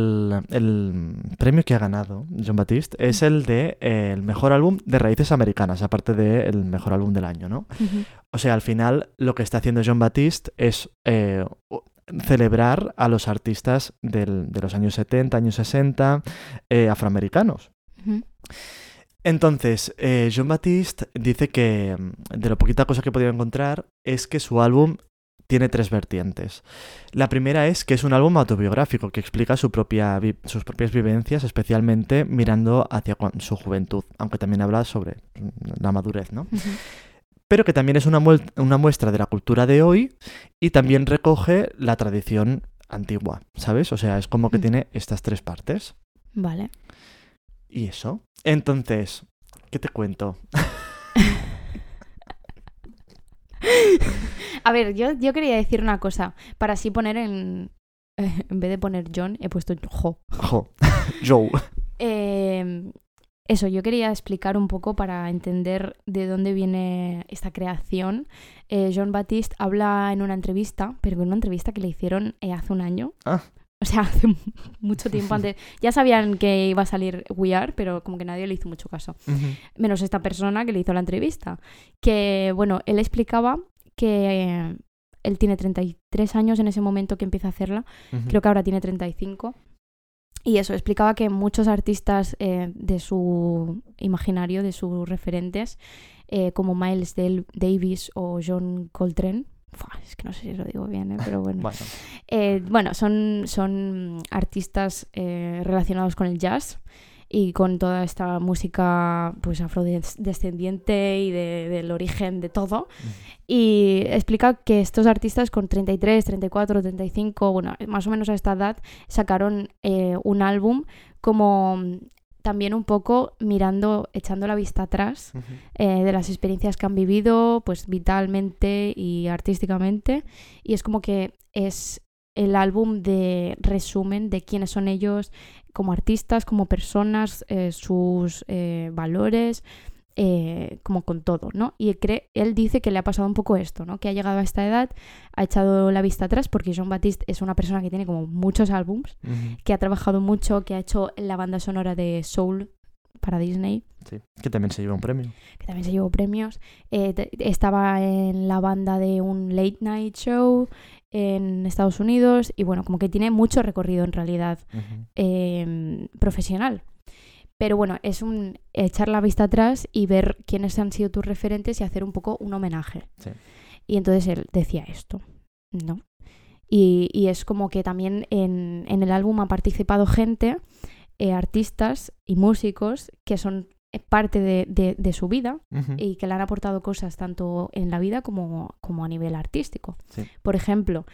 el premio que ha ganado Jon Batiste es el de el mejor álbum de raíces americanas, aparte del mejor álbum del año, ¿no? O sea, al final lo que está haciendo Jon Batiste es... celebrar a los artistas de los años 70, años 60, afroamericanos. Entonces, Jon Batiste dice que de lo poquita cosa que he podido encontrar es que su álbum tiene 3 vertientes. La primera es que es un álbum autobiográfico que explica sus propias vivencias, especialmente mirando hacia su juventud, aunque también habla sobre la madurez, ¿no? Pero que también es una muestra de la cultura de hoy y también recoge la tradición antigua, ¿sabes? O sea, es como que tiene estas 3 partes. Vale. ¿Y eso? Entonces, ¿qué te cuento? A ver, yo quería decir una cosa, para así poner en vez de poner John, he puesto Jo. Joe. Eso, yo quería explicar un poco para entender de dónde viene esta creación. Jon Batiste habla en una entrevista, pero en una entrevista que le hicieron hace un año. O sea, hace mucho tiempo antes. Ya sabían que iba a salir We Are, pero como que nadie le hizo mucho caso. Menos esta persona que le hizo la entrevista. Que, bueno, él explicaba que él tiene 33 años en ese momento que empieza a hacerla. Creo que ahora tiene 35. Y eso, explicaba que muchos artistas de su imaginario, de sus referentes, como Miles Davis o John Coltrane, es que no sé si lo digo bien, pero bueno. Bueno, son artistas relacionados con el jazz y con toda esta música pues afrodescendiente y del origen de todo. Y explica que estos artistas con 33, 34, 35, bueno, más o menos a esta edad, sacaron un álbum como también un poco echando la vista atrás de las experiencias que han vivido, pues vitalmente y artísticamente. Y es como que es el álbum de resumen de quiénes son ellos como artistas, como personas, sus valores, como con todo, ¿no? Y él dice que le ha pasado un poco esto, ¿no? Que ha llegado a esta edad, ha echado la vista atrás porque Jean-Baptiste es una persona que tiene como muchos álbums, que ha trabajado mucho, que ha hecho la banda sonora de Soul para Disney. Sí, que también se lleva un premio. Que también se llevó premios. Estaba en la banda de un late night show en Estados Unidos y bueno, como que tiene mucho recorrido en realidad profesional. Pero bueno, es un echar la vista atrás y ver quiénes han sido tus referentes y hacer un poco un homenaje. Sí. Y entonces él decía esto, ¿no? Y es como que también en el álbum ha participado gente, artistas y músicos que son parte de su vida y que le han aportado cosas tanto en la vida como a nivel artístico. Sí. Por ejemplo,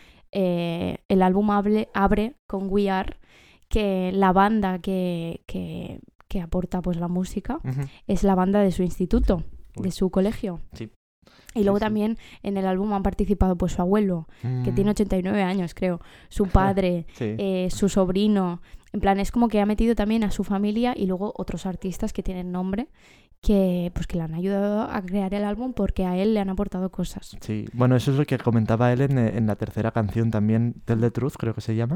el álbum abre con We Are, que la banda que aporta pues la música es la banda de su instituto, de su colegio. Sí. Y luego también en el álbum han participado pues su abuelo, que tiene 89 años creo, su padre, su sobrino. En plan, es como que ha metido también a su familia y luego otros artistas que tienen nombre que le han ayudado a crear el álbum porque a él le han aportado cosas. Sí, bueno, eso es lo que comentaba él en la tercera canción también, Tell the Truth, creo que se llama.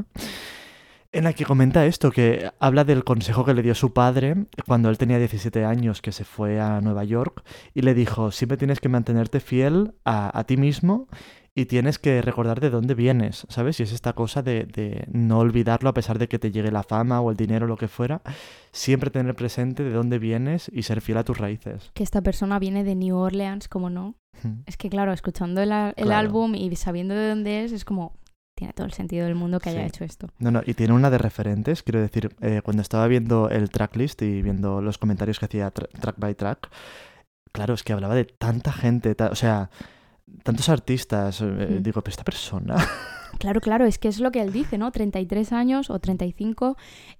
En la que comenta esto, que habla del consejo que le dio su padre cuando él tenía 17 años, que se fue a Nueva York y le dijo, siempre tienes que mantenerte fiel a ti mismo y tienes que recordar de dónde vienes, ¿sabes? Y es esta cosa de no olvidarlo a pesar de que te llegue la fama o el dinero o lo que fuera, siempre tener presente de dónde vienes y ser fiel a tus raíces. Que esta persona viene de New Orleans, ¿cómo no? Es que claro, escuchando el álbum y sabiendo de dónde es como... Tiene todo el sentido del mundo que haya hecho esto. No, y tiene una de referentes, quiero decir, cuando estaba viendo el tracklist y viendo los comentarios que hacía track by track, claro, es que hablaba de tanta gente, o sea, tantos artistas, digo, pero esta persona... Claro, es que es lo que él dice, ¿no? 33 años o 35,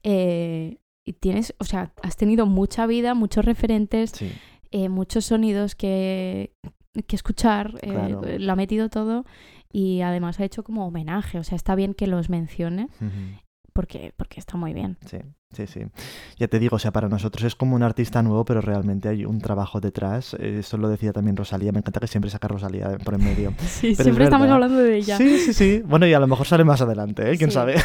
y tienes, o sea, has tenido mucha vida, muchos referentes, muchos sonidos que escuchar, claro. Lo ha metido todo. Y además ha hecho como homenaje, o sea, está bien que los mencione porque está muy bien. Sí. Ya te digo, o sea, para nosotros es como un artista nuevo, pero realmente hay un trabajo detrás. Eso lo decía también Rosalía, me encanta que siempre saca Rosalía por en medio. Sí, pero siempre estamos hablando de ella. Sí. Bueno, y a lo mejor sale más adelante, ¿eh? ¿Quién sabe?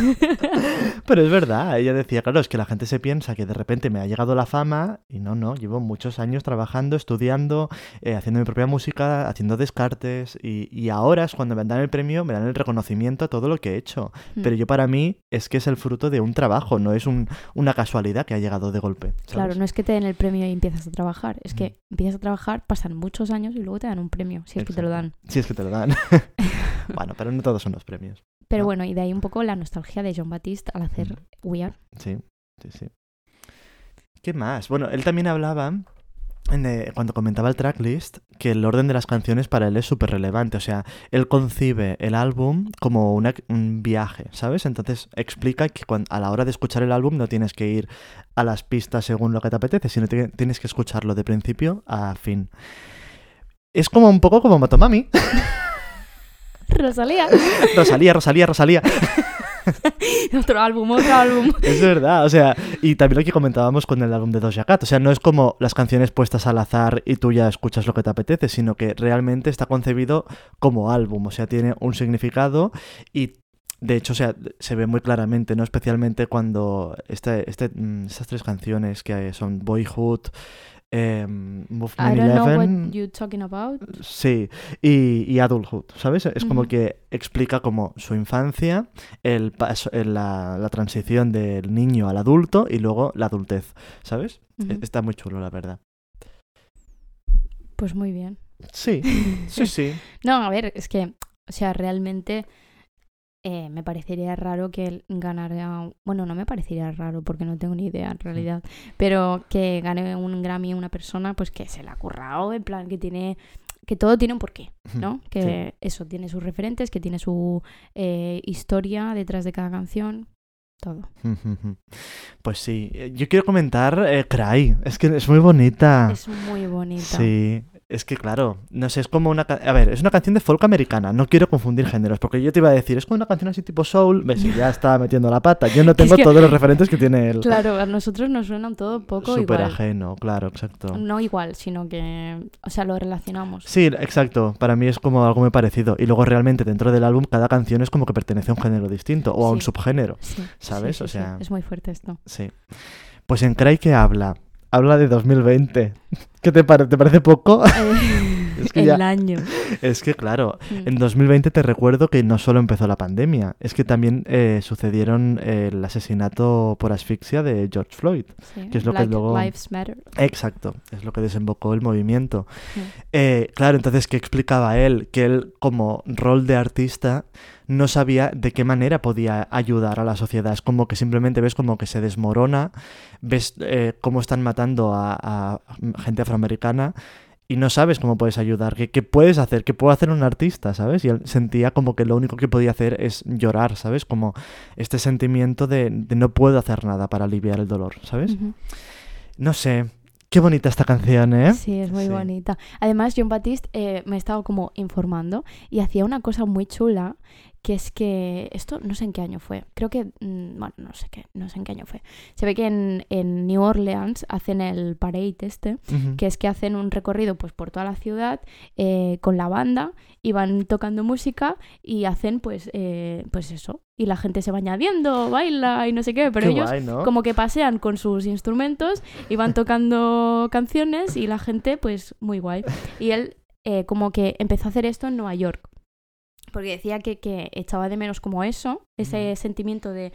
Pero es verdad, ella decía, claro, es que la gente se piensa que de repente me ha llegado la fama y no, llevo muchos años trabajando, estudiando, haciendo mi propia música, haciendo descartes y ahora es cuando me dan el premio, me dan el reconocimiento a todo lo que he hecho. Pero yo para mí es que es el fruto de un trabajo, no es una casualidad que ha llegado de golpe, ¿sabes? Claro, no es que te den el premio y empiezas a trabajar, es que empiezas a trabajar, pasan muchos años y luego te dan un premio, si es que te lo dan. Si es que te lo dan. Bueno, pero no todos son los premios. Pero bueno, y de ahí un poco la nostalgia de Jean-Baptiste al hacer We Are. Sí. ¿Qué más? Bueno, él también hablaba, cuando comentaba el tracklist, que el orden de las canciones para él es súper relevante. O sea, él concibe el álbum como un viaje, ¿sabes? Entonces explica que a la hora de escuchar el álbum no tienes que ir a las pistas según lo que te apetece, sino que tienes que escucharlo de principio a fin. Es como un poco como Motomami. Rosalía. Otro álbum. Es verdad, o sea, y también lo que comentábamos con el álbum de Doja Cat, o sea, no es como las canciones puestas al azar y tú ya escuchas lo que te apetece, sino que realmente está concebido como álbum, o sea, tiene un significado y de hecho, o sea, se ve muy claramente, ¿no? Especialmente cuando estas tres canciones que son Boyhood, Movement I don't 11, know what you're talking about. Sí, y Adulthood, ¿sabes? Es como que explica como su infancia, el paso, la transición del niño al adulto y luego la adultez, ¿sabes? Está muy chulo, la verdad. Pues muy bien. Sí. No, a ver, es que, o sea, realmente... me parecería raro que él ganara... Bueno, no me parecería raro porque no tengo ni idea en realidad. Pero que gane un Grammy una persona pues que se la ha currado, en plan que todo tiene un porqué, ¿no? Que eso, tiene sus referentes, que tiene su historia detrás de cada canción. Todo. Pues sí. Yo quiero comentar Cry. Es que es muy bonita. Es muy bonita. Sí. Es que claro, no sé, es como una... A ver, es una canción de folk americana, no quiero confundir géneros, porque yo te iba a decir, es como una canción así tipo soul, ves, y ya está metiendo la pata, yo no tengo todos los referentes que tiene él. Claro, a nosotros nos suena todo poco Súper igual. ajeno, claro, exacto. No igual, sino que, o sea, lo relacionamos. Sí, exacto, para mí es como algo muy parecido, y luego realmente dentro del álbum cada canción es como que pertenece a un género distinto, o a un subgénero, ¿sabes? Sí, o sea... es muy fuerte esto. Sí. Pues en Cry, ¿qué habla? Habla de 2020. ¿Qué te parece? ¿Te parece poco? Es que el año. Es que claro, en 2020 te recuerdo que no solo empezó la pandemia, es que también sucedieron el asesinato por asfixia de George Floyd, que es lo Black que luego... Lives Matter. Exacto, es lo que desembocó el movimiento. Claro, entonces, ¿qué explicaba él? Que él, como rol de artista, no sabía de qué manera podía ayudar a la sociedad. Es como que simplemente ves como que se desmorona, ves cómo están matando a gente afroamericana y no sabes cómo puedes ayudar, qué puedes hacer, qué puede hacer un artista, ¿sabes? Y él sentía como que lo único que podía hacer es llorar, ¿sabes? Como este sentimiento de no puedo hacer nada para aliviar el dolor, ¿sabes? No sé... Qué bonita esta canción, ¿eh? Sí, es muy bonita. Además, Jon Batiste me he estado como informando y hacía una cosa muy chula, que es que... Esto no sé en qué año fue. Creo que... bueno, no sé en qué año fue. Se ve que en New Orleans hacen el parade que es que hacen un recorrido pues por toda la ciudad con la banda y van tocando música y hacen pues eso. Y la gente se va añadiendo, baila y no sé qué, pero ellos guay, ¿no? como que pasean con sus instrumentos y van tocando canciones y la gente pues muy guay. Y él como que empezó a hacer esto en Nueva York. Porque decía que echaba de menos como eso, ese sentimiento de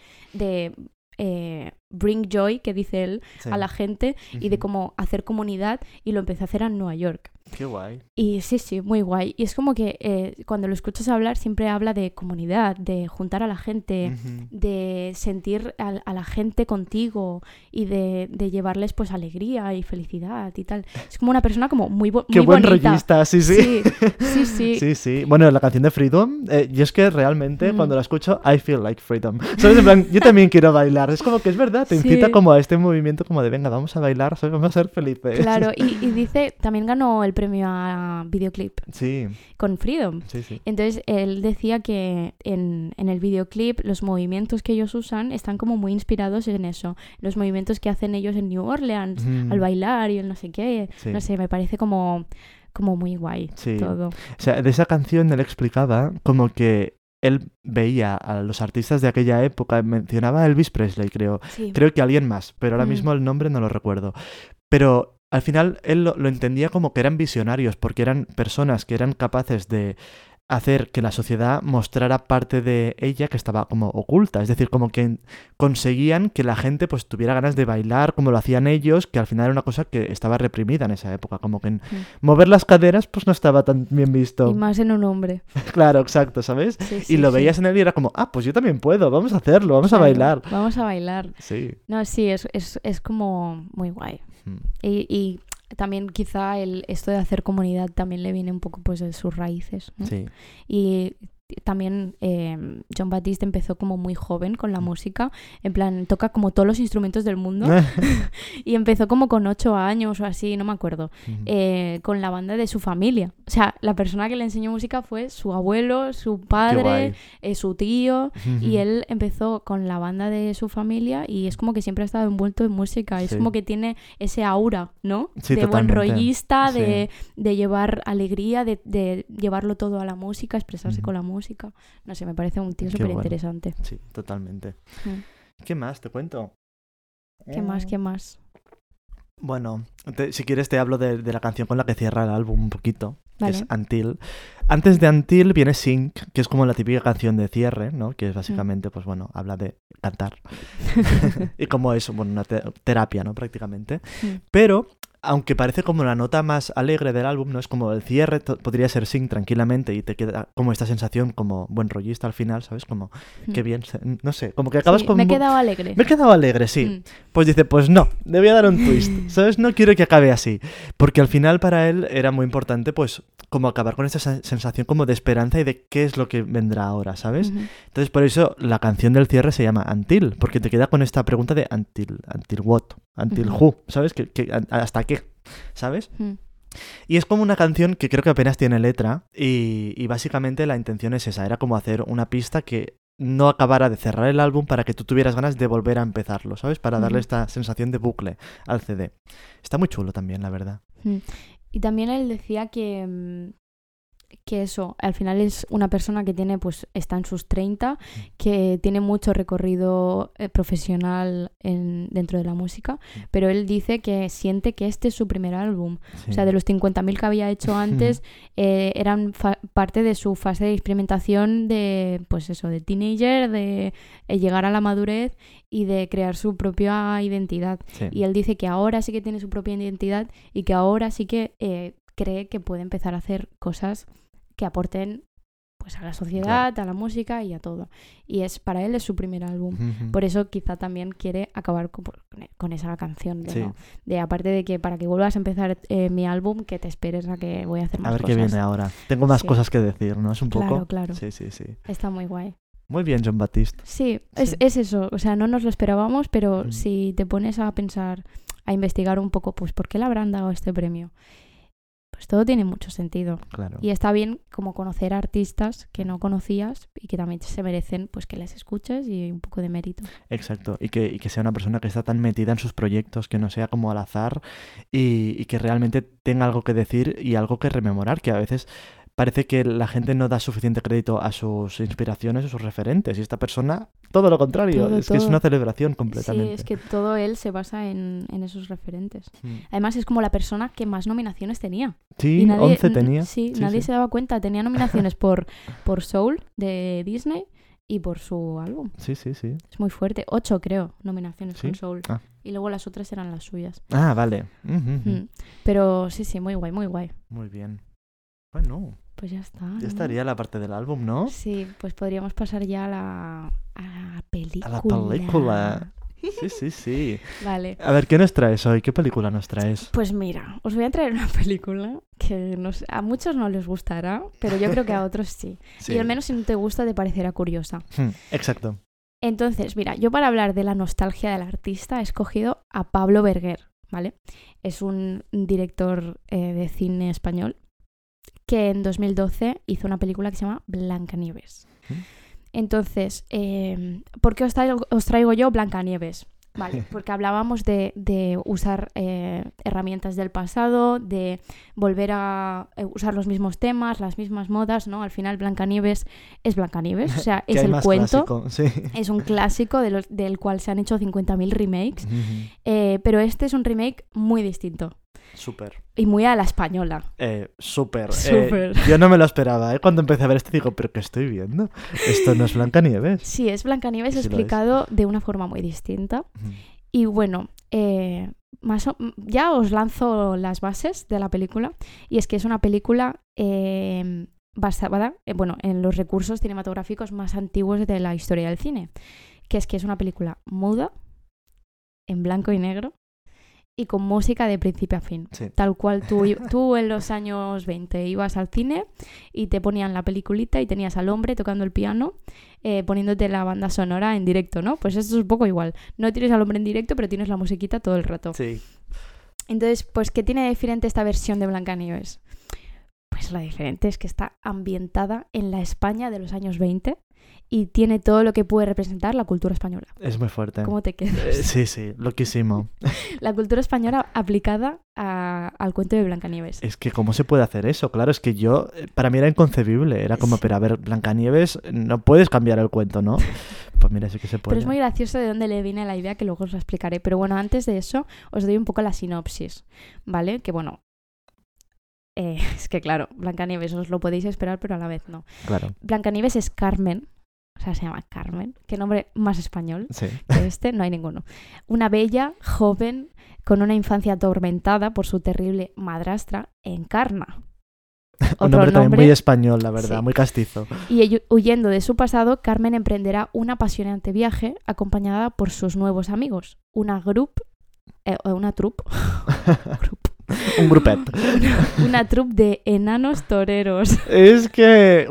bring joy, que dice él, a la gente y de cómo hacer comunidad, y lo empecé a hacer en Nueva York. Qué guay. Y sí, muy guay. Y es como que cuando lo escuchas hablar siempre habla de comunidad, de juntar a la gente, de sentir a la gente contigo y de llevarles pues alegría y felicidad y tal. Es como una persona como muy bonita. Qué buen rollista, sí. Sí. Bueno, la canción de Freedom, yo es que realmente cuando la escucho, I feel like freedom. ¿Sabes? En plan, yo también quiero bailar. Es como que es verdad, te incita como a este movimiento como de venga, vamos a bailar, ¿sabes? Vamos a ser felices. Claro, y dice, también ganó el premio a videoclip. Sí. Con Freedom. Sí. Entonces él decía que en el videoclip los movimientos que ellos usan están como muy inspirados en eso. Los movimientos que hacen ellos en New Orleans al bailar y el no sé qué. Sí. No sé, me parece como muy guay todo. O sea, de esa canción él explicaba como que él veía a los artistas de aquella época, mencionaba a Elvis Presley, creo que alguien más, pero ahora mismo el nombre no lo recuerdo. Pero al final él lo entendía como que eran visionarios, porque eran personas que eran capaces de hacer que la sociedad mostrara parte de ella que estaba como oculta, es decir, como que conseguían que la gente pues tuviera ganas de bailar como lo hacían ellos, que al final era una cosa que estaba reprimida en esa época, como que mover las caderas pues no estaba tan bien visto. Y más en un hombre. Claro, exacto, ¿sabes? Y lo veías en él y era como, pues yo también puedo, vamos a hacerlo, vamos a bailar. Vamos a bailar. Sí. No, sí, es como muy guay. Y también quizá esto de hacer comunidad también le viene un poco pues de sus raíces, ¿no? Sí. Y también Jon Batiste empezó como muy joven con la música, en plan toca como todos los instrumentos del mundo y empezó como con 8 años o así, no me acuerdo, con la banda de su familia. O sea, la persona que le enseñó música fue su abuelo, su padre, su tío, y él empezó con la banda de su familia y es como que siempre ha estado envuelto en música. Es como que tiene ese aura, ¿no? Sí, de totalmente. buen rollista, de llevar alegría, de llevarlo todo a la música, expresarse con la música. No sé, me parece un tío súper interesante. Sí, totalmente. ¿Qué más te cuento? ¿Qué más? Bueno, si quieres te hablo de la canción con la que cierra el álbum un poquito, que vale. es Until. Antes de Until viene Sing, que es como la típica canción de cierre, ¿no? Que es básicamente, pues bueno, habla de cantar. Y como es, bueno, una terapia, ¿no? Prácticamente. Pero... aunque parece como la nota más alegre del álbum, ¿no? Es como el cierre, podría ser Sing tranquilamente y te queda como esta sensación como buen rollista al final, ¿sabes? Como, qué bien, no sé, como que acabas con... Me he quedado alegre. Me he quedado alegre, sí. Pues dice, pues no, le voy a dar un twist, ¿sabes? No quiero que acabe así, porque al final para él era muy importante, pues, como acabar con esta sensación como de esperanza y de qué es lo que vendrá ahora, ¿sabes? Entonces, por eso la canción del cierre se llama Until, porque te queda con esta pregunta de until what, until who, ¿sabes? ¿Hasta qué? ¿Sabes? Y es como una canción que creo que apenas tiene letra y básicamente la intención es esa, era como hacer una pista que no acabara de cerrar el álbum para que tú tuvieras ganas de volver a empezarlo, ¿sabes? Para darle esta sensación de bucle al CD. Está muy chulo también, la verdad. Y también él decía que eso, al final es una persona que tiene, pues está en sus 30, que tiene mucho recorrido profesional dentro de la música, pero él dice que siente que este es su primer álbum. Sí. O sea, de los 50.000 que había hecho antes, eran parte de su fase de experimentación de, pues eso, de teenager, de llegar a la madurez y de crear su propia identidad. Sí. Y él dice que ahora sí que tiene su propia identidad y que ahora sí que cree que puede empezar a hacer cosas que aporten pues a la sociedad, a la música y a todo. Y para él es su primer álbum. Por eso quizá también quiere acabar con esa canción. ¿No? De aparte de que para que vuelvas a empezar mi álbum, que te esperes a que voy a hacer más cosas. A ver qué viene ahora. Tengo más cosas que decir, ¿no? Es un poco... Claro. Sí. Está muy guay. Muy bien, Jon Batiste. Sí, es eso. O sea, no nos lo esperábamos, pero si te pones a pensar, a investigar un poco, pues ¿por qué le habrán dado este premio? Pues todo tiene mucho sentido. Claro. Y está bien como conocer a artistas que no conocías y que también se merecen pues que les escuches y un poco de mérito. Exacto. Y que sea una persona que está tan metida en sus proyectos, que no sea como al azar y que realmente tenga algo que decir y algo que rememorar, que a veces parece que la gente no da suficiente crédito a sus inspiraciones o sus referentes. Y esta persona, todo lo contrario. Que es una celebración completamente. Sí, es que todo él se basa en esos referentes. Además, es como la persona que más nominaciones tenía. Sí, y 11 tenía. Sí, nadie se daba cuenta. Tenía nominaciones por Soul de Disney y por su álbum. Sí. Es muy fuerte. 8, creo, nominaciones con Soul. Y luego las otras eran las suyas. Ah, vale. Pero sí, muy guay, muy guay. Muy bien. Bueno... Pues ya está. Ya estaría la parte del álbum, ¿no? Sí, pues podríamos pasar ya a la película. A la película. Sí. Vale. A ver, ¿qué nos traes hoy? ¿Qué película nos traes? Pues mira, os voy a traer una película que a muchos no les gustará, pero yo creo que a otros sí. Y al menos si no te gusta te parecerá curiosa. Exacto. Entonces, mira, yo para hablar de la nostalgia del artista he escogido a Pablo Berguer, ¿vale? Es un director de cine español que en 2012 hizo una película que se llama Blancanieves. Entonces, ¿por qué os traigo yo Blancanieves? Vale, porque hablábamos de usar herramientas del pasado, de volver a usar los mismos temas, las mismas modas, ¿no? Al final Blancanieves es Blancanieves, o sea, es el cuento, clásico, sí. Es un clásico del cual se han hecho 50.000 remakes, pero este es un remake muy distinto. Súper. Y muy a la española. Súper. Yo no me lo esperaba, Cuando empecé a ver esto digo, ¿pero qué estoy viendo? Esto no es Blancanieves. Sí, es Blancanieves explicado de una forma muy distinta. Y bueno, ya os lanzo las bases de la película. Y es que es una película basada en los recursos cinematográficos más antiguos de la historia del cine. Que es una película muda, en blanco y negro, y con música de principio a fin. Sí. Tal cual tú en los años 20 ibas al cine y te ponían la peliculita y tenías al hombre tocando el piano, poniéndote la banda sonora en directo, ¿no? Pues esto es un poco igual. No tienes al hombre en directo, pero tienes la musiquita todo el rato. Sí. Entonces, pues, ¿qué tiene de diferente esta versión de Blancanieves? Pues la diferente es que está ambientada en la España de los años 20 y tiene todo lo que puede representar la cultura española. Es muy fuerte. ¿Cómo te quedas? Sí, loquísimo. La cultura española aplicada al cuento de Blancanieves. Es que ¿cómo se puede hacer eso? Claro, es que para mí era inconcebible. Era como, pero a ver, Blancanieves, no puedes cambiar el cuento, ¿no? Pues mira, sí que se puede. Pero es muy gracioso de dónde le viene la idea, que luego os la explicaré. Pero bueno, antes de eso, os doy un poco la sinopsis, ¿vale? Que bueno... es que claro, Blancanieves os lo podéis esperar, pero a la vez no. Claro. Blancanieves es Carmen, o sea, se llama Carmen. Qué nombre más español. Sí. Que no hay ninguno. Una bella, joven, con una infancia atormentada por su terrible madrastra, Encarna. Un nombre también muy español, la verdad, sí. Muy castizo. Y huyendo de su pasado, Carmen emprenderá un apasionante viaje acompañada por sus nuevos amigos. Una troupe. Un grupet. Una troupe de enanos toreros. Es que...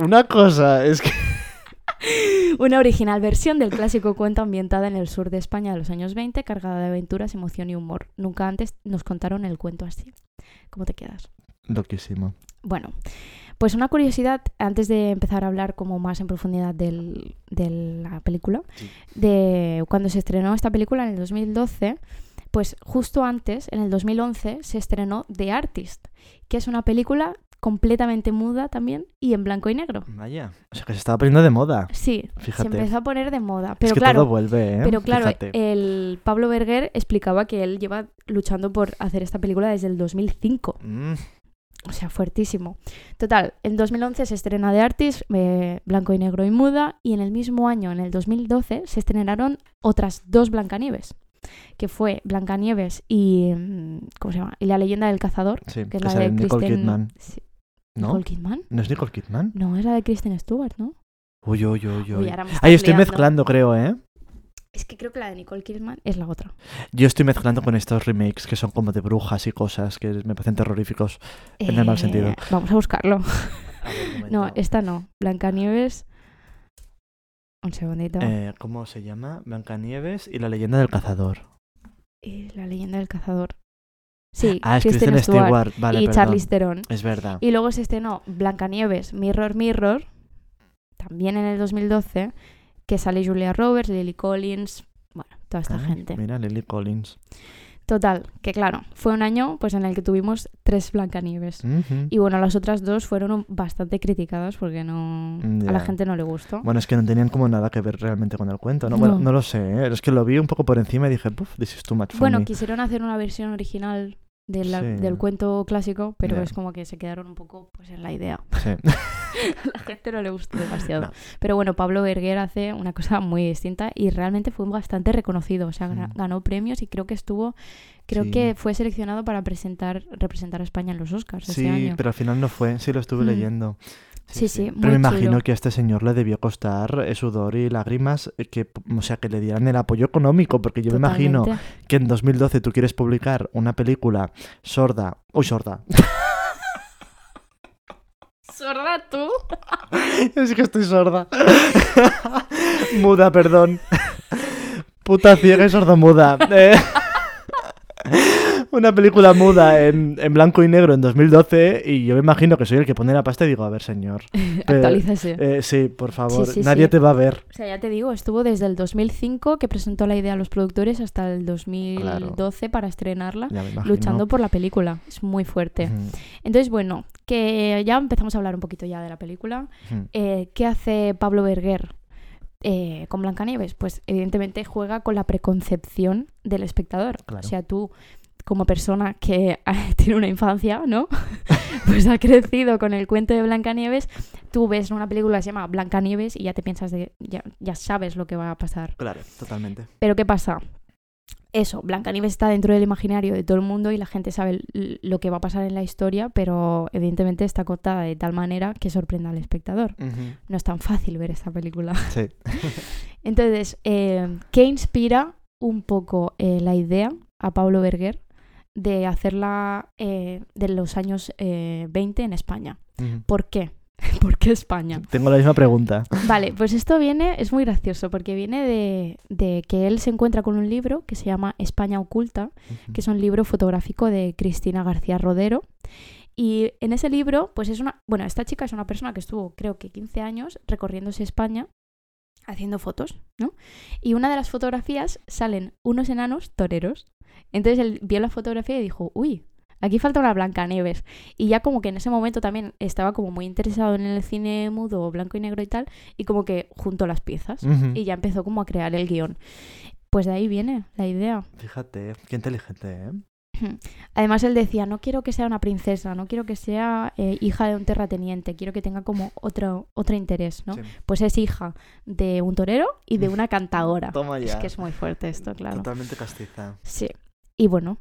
Una original versión del clásico cuento ambientada en el sur de España de los años 20, cargada de aventuras, emoción y humor. Nunca antes nos contaron el cuento así. ¿Cómo te quedas? Loquísimo. Bueno, pues una curiosidad, antes de empezar a hablar como más en profundidad de la película, Sí. de cuando se estrenó esta película en el 2012, pues justo antes, en el 2011, se estrenó The Artist, que es una película completamente muda también y en blanco y negro. Vaya, o sea que se estaba poniendo de moda. Sí, Fíjate. se empezó a poner de moda. Es Pero que claro, todo vuelve, ¿eh? pero claro, Fíjate. el Pablo Berger explicaba que él lleva luchando por hacer esta película desde el 2005. O sea, fuertísimo. Total, en 2011 se estrena The Artist, blanco y negro y muda, y en el mismo año, en el 2012, se estrenaron otras 2 Blancanieves, que fue Blancanieves y ¿cómo se llama? Y La leyenda del cazador, Sí, que es que la sale de Nicole Kristen... Kidman. Sí. ¿No? ¿Nicole Kidman? ¿No es Nicole Kidman? No, es la de Kristen Stewart, ¿no? Uy. Uy, ahora me estás Ahí estoy liando. mezclando, creo, ¿eh? Es que creo que la de Nicole Kidman es la otra. Yo estoy mezclando con estos remakes que son como de brujas y cosas que me parecen terroríficos en el mal sentido. Vamos a buscarlo. A ver, un momento. No, esta no. Blancanieves... Un segundito. ¿Cómo se llama? Blancanieves y la leyenda del cazador. La leyenda del cazador. Sí, Ah, es Kristen Kristen Stewart Stewart. Vale, y perdón. Charlize Theron. Es verdad. Y luego se estrenó Blancanieves, Mirror, Mirror, también en el 2012, que sale Julia Roberts, Lily Collins, bueno, toda esta gente. Mira, Lily Collins. Total, que claro, fue un año pues en el que tuvimos 3 Blancanieves. Ujú. Y bueno, las otras 2 fueron bastante criticadas porque no a la Ya. gente no le gustó. Bueno, es que no tenían como nada que ver realmente con el cuento, ¿no? Bueno, No. no lo sé, ¿eh? Es que lo vi un poco por encima y dije, puf, this is too much for Bueno, me. quisieron hacer una versión original Sí. del cuento clásico, pero Ya. es como que se quedaron un poco pues en la idea. Sí. A la gente no le gustó demasiado. No. Pero bueno, Pablo Berger hace una cosa muy distinta y realmente fue bastante reconocido. O sea, ganó premios y creo que Sí. que fue seleccionado para representar a España en los Oscars ese Sí, año. pero al final no fue, sí lo estuve leyendo. Sí, Pero muy me imagino chulo. que a este señor le debió costar sudor y lágrimas, o sea, que le dieran el apoyo económico, porque yo me imagino Totalmente. que en 2012 tú quieres publicar una película sorda. ¿Sorda tú? Es que estoy sorda. Muda, perdón. Puta ciega y sordomuda. Una película muda en blanco y negro en 2012 y yo me imagino que soy el que pone la pasta y digo, a ver, señor. Actualízase. Sí, por favor, Sí, nadie sí. te va a ver. O sea, ya te digo, estuvo desde el 2005 que presentó la idea a los productores hasta el 2012 para estrenarla, Ya me imagino. luchando por la película. Es muy fuerte. Ujú, Entonces, bueno, que ya empezamos a hablar un poquito ya de la película. ujú. ¿Qué hace Pablo Berger con Blancanieves? Pues evidentemente juega con la preconcepción del espectador. Claro. O sea, tú, como persona que tiene una infancia, ¿no? Pues ha crecido con el cuento de Blancanieves, tú ves una película que se llama Blancanieves y ya te piensas ya sabes lo que va a pasar. Claro, totalmente. Pero ¿qué pasa? Eso, Blancanieves está dentro del imaginario de todo el mundo y la gente sabe lo que va a pasar en la historia, pero evidentemente está contada de tal manera que sorprenda al espectador. Ujú, No es tan fácil ver esta película. Sí. Entonces, ¿qué inspira un poco la idea a Pablo Berger de hacerla de los años 20 en España? Ujú. ¿Por qué? ¿Por qué España? Tengo la misma pregunta. Vale, pues esto es muy gracioso, porque viene de que él se encuentra con un libro que se llama España Oculta, que es un libro fotográfico de Cristina García Rodero. Y en ese libro, pues esta chica es una persona que estuvo, creo que 15 años, recorriéndose España haciendo fotos, ¿no? Y una de las fotografías salen unos enanos toreros. Entonces él vio la fotografía y dijo, uy, aquí falta una Blancanieves. Y ya como que en ese momento también estaba como muy interesado en el cine mudo, blanco y negro y tal, y como que juntó las piezas. Ujú. Y ya empezó como a crear el guión. Pues de ahí viene la idea. Fíjate, qué inteligente, ¿eh? Además él decía, no quiero que sea una princesa, no quiero que sea hija de un terrateniente, quiero que tenga como otro interés, ¿no? Sí. Pues es hija de un torero y de una cantadora. Toma ya. Es que es muy fuerte esto, claro. Totalmente castiza. Sí. Y bueno,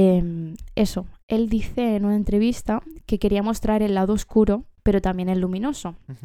eso. Él dice en una entrevista que quería mostrar el lado oscuro, pero también el luminoso. Ujú.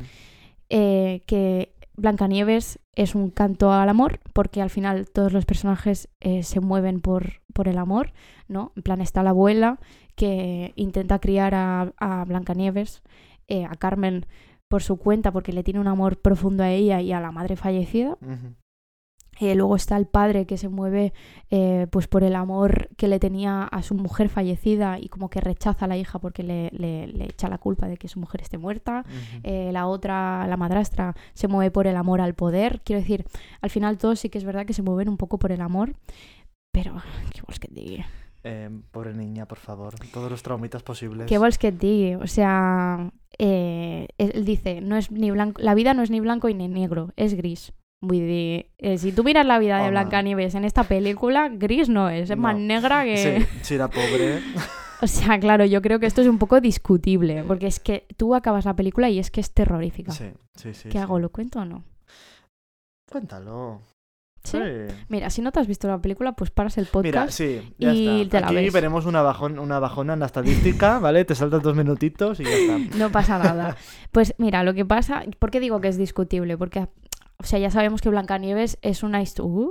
Que Blancanieves es un canto al amor, porque al final todos los personajes se mueven por el amor, ¿no? En plan está la abuela que intenta criar a Blancanieves, a Carmen por su cuenta, porque le tiene un amor profundo a ella y a la madre fallecida. Ujú. Luego está el padre que se mueve pues por el amor que le tenía a su mujer fallecida y como que rechaza a la hija porque le echa la culpa de que su mujer esté muerta. La otra, la madrastra, se mueve por el amor al poder. Quiero decir, al final todos sí que es verdad que se mueven un poco por el amor, pero ¿qué vols que et digui? Pobre niña, por favor. Todos los traumitas posibles. ¿Qué vols que et digui? O sea, él dice, no es ni blanco, la vida no es ni blanco ni negro, es gris. Vull dir, si tu miras la vida de Blancanieves en esta película, gris no es más negra que... Sí, si era pobre. O sea, claro, yo creo que esto es un poco discutible, porque es que tú acabas la película y es que es terrorífica. Sí. ¿Qué hago? ¿Lo cuento o no? Cuéntalo. ¿Sí? Mira, si no te has visto la película, pues paras el podcast. Mira, sí, ya y está. te la Aquí ves. veremos una bajona en la estadística, ¿vale? Te saltas 2 minutitos y ya está. No pasa nada. Pues mira, lo que pasa... ¿Por qué digo que es discutible? Porque... O sea, ya sabemos que Blancanieves es una historia...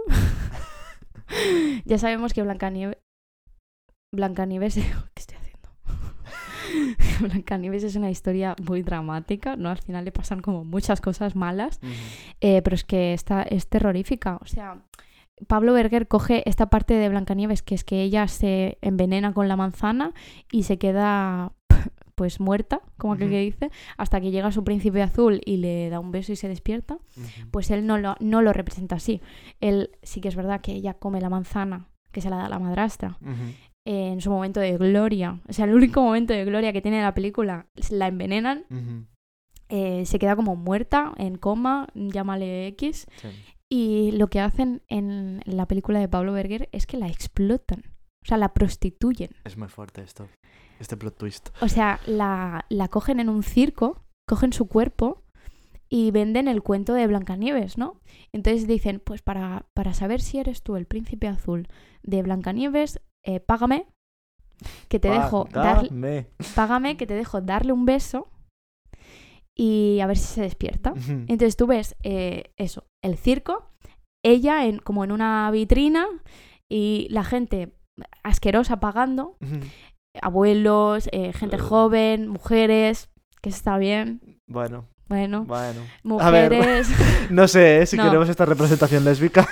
Ya sabemos que Blancanieves... ¿Qué estoy haciendo? Blancanieves es una historia muy dramática, ¿no? Al final le pasan como muchas cosas malas, pero es que esta es terrorífica. O sea, Pablo Berger coge esta parte de Blancanieves, que es que ella se envenena con la manzana y se queda... pues muerta, como aquel que dice, hasta que llega su príncipe azul y le da un beso y se despierta, pues él no lo representa así. Él sí que es verdad que ella come la manzana que se la da la madrastra en su momento de gloria, o sea, el único momento de gloria que tiene la película, la envenenan, se queda como muerta, en coma, llámale X, y lo que hacen en la película de Pablo Berger es que la explotan, o sea, la prostituyen. Es muy fuerte esto. Este plot twist. O sea, la cogen en un circo, cogen su cuerpo y venden el cuento de Blancanieves, ¿no? Entonces dicen, pues para saber si eres tú el príncipe azul de Blancanieves, págame, que te dejo págame, que te dejo darle un beso y a ver si se despierta. Entonces tú ves eso, el circo, ella como en una vitrina y la gente asquerosa pagando. Abuelos, gente joven, mujeres, que está bien. Bueno. Mujeres. A ver, no sé si queremos esta representación lésbica.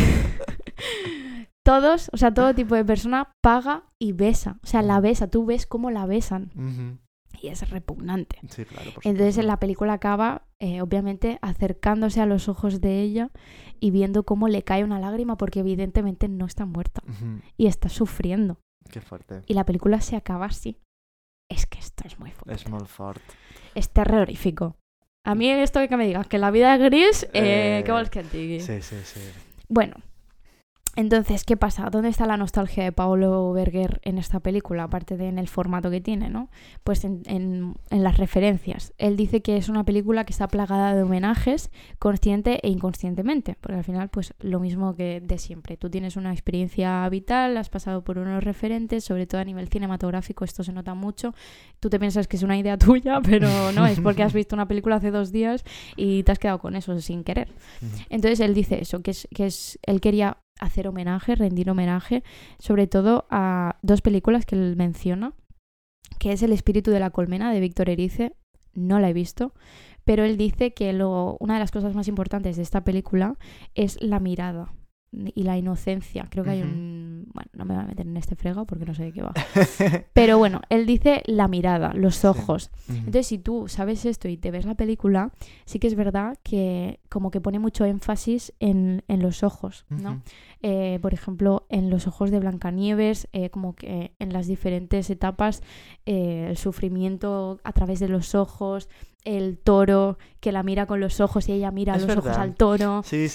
Todos, o sea, todo tipo de persona paga y besa. O sea, la besa, tú ves cómo la besan. Y es repugnante. Sí, claro, por Entonces supuesto. la película acaba, obviamente, acercándose a los ojos de ella y viendo cómo le cae una lágrima porque evidentemente no está muerta. Y está sufriendo. Qué fuerte. Y la película se acaba así. Es que esto es muy fuerte. Es muy fuerte. Es terrorífico. A mí esto de que me digas que la vida es gris, ¿qué vols que et digui? Sí. Bueno, entonces, ¿qué pasa? ¿Dónde está la nostalgia de Pablo Berger en esta película? Aparte de en el formato que tiene, ¿no? Pues en las referencias. Él dice que es una película que está plagada de homenajes, consciente e inconscientemente. Porque al final, pues lo mismo que de siempre. Tú tienes una experiencia vital, has pasado por unos referentes, sobre todo a nivel cinematográfico, esto se nota mucho. Tú te piensas que es una idea tuya, pero no, es porque has visto una película hace 2 días y te has quedado con eso sin querer. Entonces él dice eso, que él quería hacer homenaje, rendir homenaje, sobre todo a 2 películas que él menciona, que es El espíritu de la colmena de Víctor Erice. No la he visto, pero él dice que una de las cosas más importantes de esta película es la mirada y la inocencia. Creo que hay bueno, no me voy a meter en este fregado porque no sé de qué va. Pero bueno, él dice la mirada, los ojos. Entonces, si tú sabes esto y te ves la película, sí que es verdad que como que pone mucho énfasis en los ojos, ¿no? Por ejemplo, en los ojos de Blancanieves, como que en las diferentes etapas, el sufrimiento a través de los ojos, el toro que la mira con los ojos y ella mira a los ojos al toro. Sí.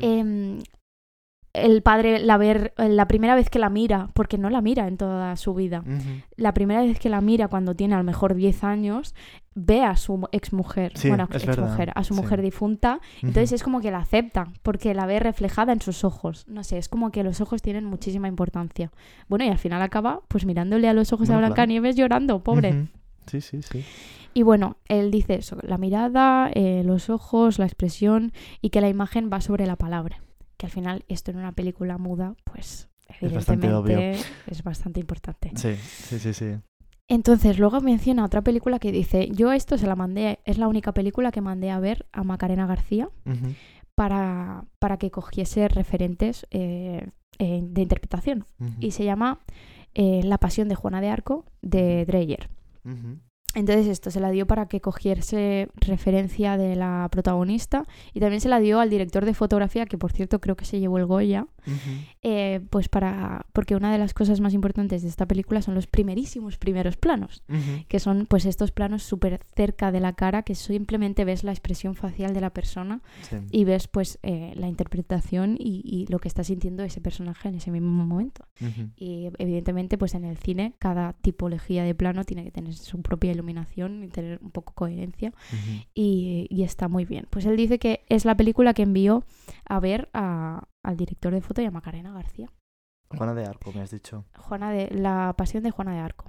El padre la primera vez que la mira, porque no la mira en toda su vida, la primera vez que la mira cuando tiene a lo mejor 10 años, ve a su exmujer, a su mujer difunta, entonces es como que la acepta, porque la ve reflejada en sus ojos, no sé, es como que los ojos tienen muchísima importancia. Bueno, y al final acaba pues mirándole a los ojos a Blancanieves llorando, pobre. Sí. Y bueno, él dice eso, la mirada, los ojos, la expresión, y que la imagen va sobre la palabra. Que al final esto en una película muda, pues evidentemente es bastante importante. Sí. Entonces luego menciona otra película que dice, yo esto se la mandé, es la única película que mandé a ver a Macarena García, para que cogiese referentes de interpretación. Y se llama La Pasión de Juana de Arco, de Dreyer. Entonces esto se la dio para que cogiese referencia de la protagonista, y también se la dio al director de fotografía, que por cierto creo que se llevó el Goya, pues porque una de las cosas más importantes de esta película son los primeros planos, que son pues estos planos súper cerca de la cara, que simplemente ves la expresión facial de la persona y ves pues la interpretación y lo que está sintiendo ese personaje en ese mismo momento. Y evidentemente pues en el cine cada tipología de plano tiene que tener su propia iluminación y tener un poco coherencia, y está muy bien. Pues él dice que es la película que envió a ver al director de foto y a Macarena García. Juana de Arco, me has dicho. La Pasión de Juana de Arco.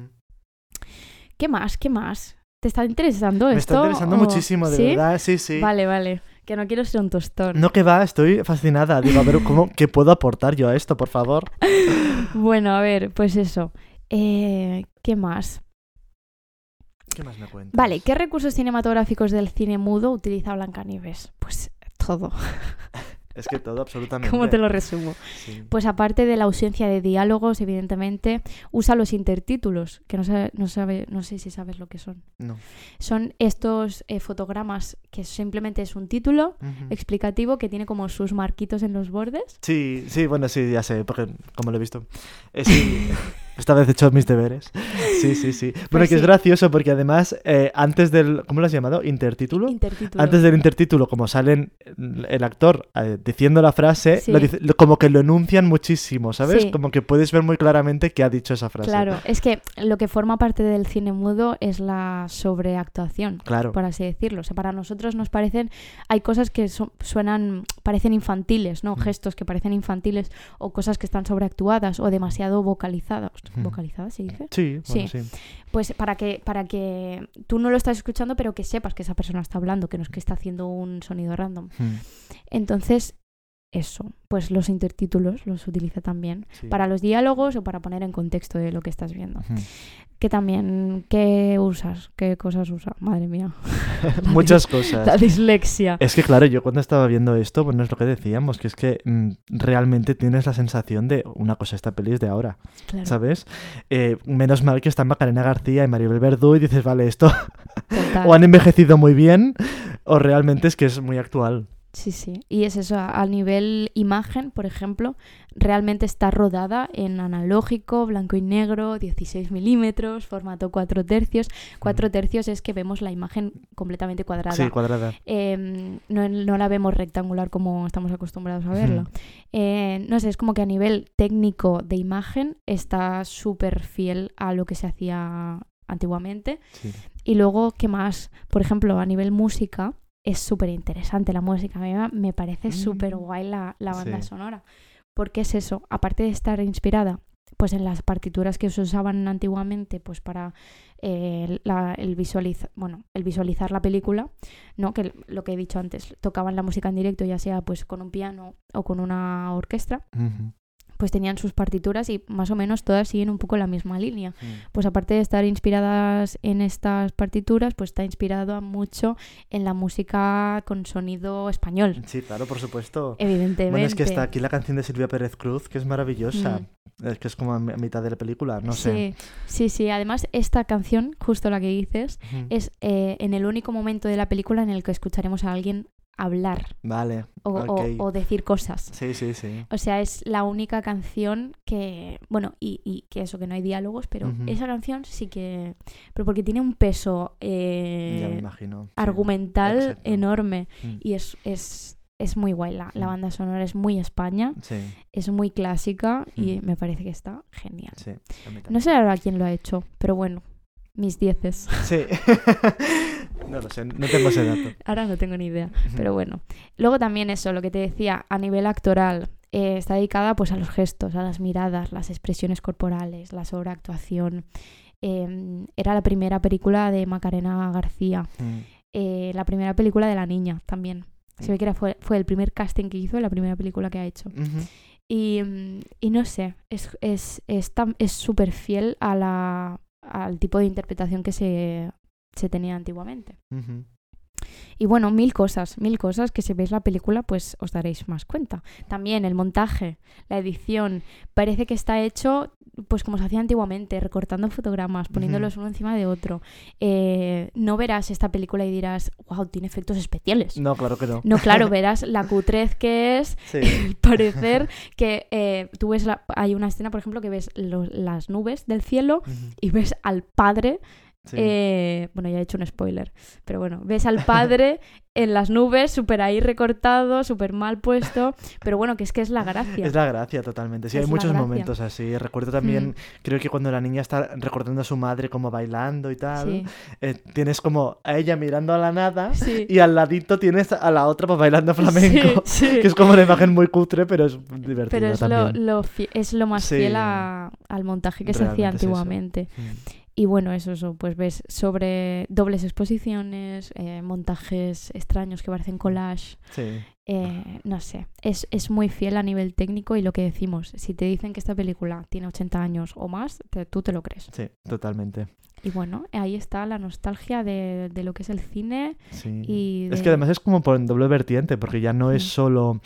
¿Qué más? ¿Te está interesando esto? Me está interesando muchísimo, de verdad, sí. Vale, que no quiero ser un tostón. No, que va, estoy fascinada. Digo, a ver, ¿qué puedo aportar yo a esto, por favor? Bueno, a ver, pues eso. ¿Qué más? ¿Qué más me cuentas? Vale, ¿qué recursos cinematográficos del cine mudo utiliza Blancanieves? Pues todo. Es que todo, absolutamente. ¿Cómo te lo resumo? Sí. Pues aparte de la ausencia de diálogos, evidentemente, usa los intertítulos, que no sé si sabes lo que son. No. Son estos fotogramas que simplemente es un título explicativo que tiene como sus marquitos en los bordes. Sí, bueno, sí, ya sé, porque como lo he visto. Sí, esta vez he hecho mis deberes. Sí. Bueno, Pues que es sí. gracioso porque además, antes del... ¿Cómo lo has llamado? ¿Intertítulo? Intertítulo. Antes del intertítulo, como sale el actor diciendo la frase, Sí. como que lo enuncian muchísimo, ¿sabes? Sí. Como que puedes ver muy claramente que ha dicho esa frase. Claro, es que lo que forma parte del cine mudo es la sobreactuación, Claro. por así decirlo. O sea, para nosotros nos parecen... Hay cosas que parecen infantiles, ¿no? Gestos que parecen infantiles, o cosas que están sobreactuadas o demasiado vocalizadas. ¿Vocalizadas se dice? Sí, bueno, sí. Pues para que tú no lo estás escuchando, pero que sepas que esa persona está hablando, que no es que está haciendo un sonido random. Entonces, eso, pues los intertítulos los utiliza también para los diálogos o para poner en contexto de lo que estás viendo. Que también, ¿qué usas? ¿Qué cosas usas? Madre mía. Muchas cosas. La dislexia. Es que claro, yo cuando estaba viendo esto, bueno, es lo que decíamos, que es que realmente tienes la sensación de una cosa, esta peli es de ahora, Claro. ¿sabes? Menos mal que están Macarena García y Maribel Verdú y dices, vale, esto Total. o han envejecido muy bien o realmente es que es muy actual. Sí. Y es eso, a nivel imagen, por ejemplo, realmente está rodada en analógico, blanco y negro, 16 milímetros, formato 4/3. 4/3 es que vemos la imagen completamente cuadrada. Sí, cuadrada. No la vemos rectangular como estamos acostumbrados a verla. No sé, es como que a nivel técnico de imagen está súper fiel a lo que se hacía antiguamente. Sí. Y luego, ¿qué más? Por ejemplo, a nivel música, es súper interesante la música. A mí me parece súper guay la banda sonora. Porque es eso, aparte de estar inspirada pues en las partituras que se usaban antiguamente pues para el visualizar la película, ¿no? Que lo que he dicho antes, tocaban la música en directo, ya sea pues con un piano o con una orquesta. Pues tenían sus partituras y más o menos todas siguen un poco la misma línea. Pues aparte de estar inspiradas en estas partituras, pues está inspirado mucho en la música con sonido español. Sí, claro, por supuesto. Evidentemente. Bueno, es que está aquí la canción de Silvia Pérez Cruz, que es maravillosa. Es que es como a mitad de la película, no sé. Sí. Además, esta canción, justo la que dices, es en el único momento de la película en el que escucharemos a alguien hablar. Vale. O decir cosas. Sí. O sea, es la única canción que... Bueno, y que eso, que no hay diálogos, pero esa canción sí que... Pero porque tiene un peso Ya me imagino. argumental enorme. Y es muy guay. La banda sonora es muy España. Sí. Es muy clásica y me parece que está genial. Sí, no sé ahora quién lo ha hecho, pero bueno, mis 10. Sí. No lo sé, no tengo ese dato. Ahora no tengo ni idea, pero bueno. Luego también eso, lo que te decía, a nivel actoral, está dedicada pues a los gestos, a las miradas, las expresiones corporales, la sobreactuación. Era la primera película de Macarena García. La primera película de la niña también. Se ve que fue el primer casting que hizo, la primera película que ha hecho. Y no sé, es súper fiel al tipo de interpretación que se tenía antiguamente. Y bueno, mil cosas que si veis la película pues os daréis más cuenta. También el montaje, la edición, parece que está hecho pues como se hacía antiguamente, recortando fotogramas, poniéndolos uno encima de otro. No verás esta película y dirás, wow, tiene efectos especiales. No, claro que no. No, claro, verás la cutrez que es, Sí. el parecer que tú ves, hay una escena, por ejemplo, que ves las nubes del cielo y ves al padre. Sí. Bueno, ya he hecho un spoiler, pero bueno, ves al padre en las nubes, súper ahí recortado, súper mal puesto, pero bueno, que es la gracia. Es la gracia, totalmente. Sí, Es hay la muchos gracia. momentos así. Recuerdo también, creo que cuando la niña está recordando a su madre como bailando y tal, Sí. tienes como a ella mirando a la nada Sí. y al ladito tienes a la otra pues, bailando flamenco, Sí, sí. que es como una imagen muy cutre, pero es divertida Pero es también. es lo más Sí. fiel al montaje que se hacía Realmente es eso. antiguamente. Y bueno, eso, pues ves sobre dobles exposiciones, montajes extraños que parecen collage. Sí. No sé, es muy fiel a nivel técnico y lo que decimos, si te dicen que esta película tiene 80 años o más, tú te lo crees. Sí, totalmente. Y bueno, ahí está la nostalgia de lo que es el cine. Sí. Y Es que además es como por doble vertiente, porque ya no es solo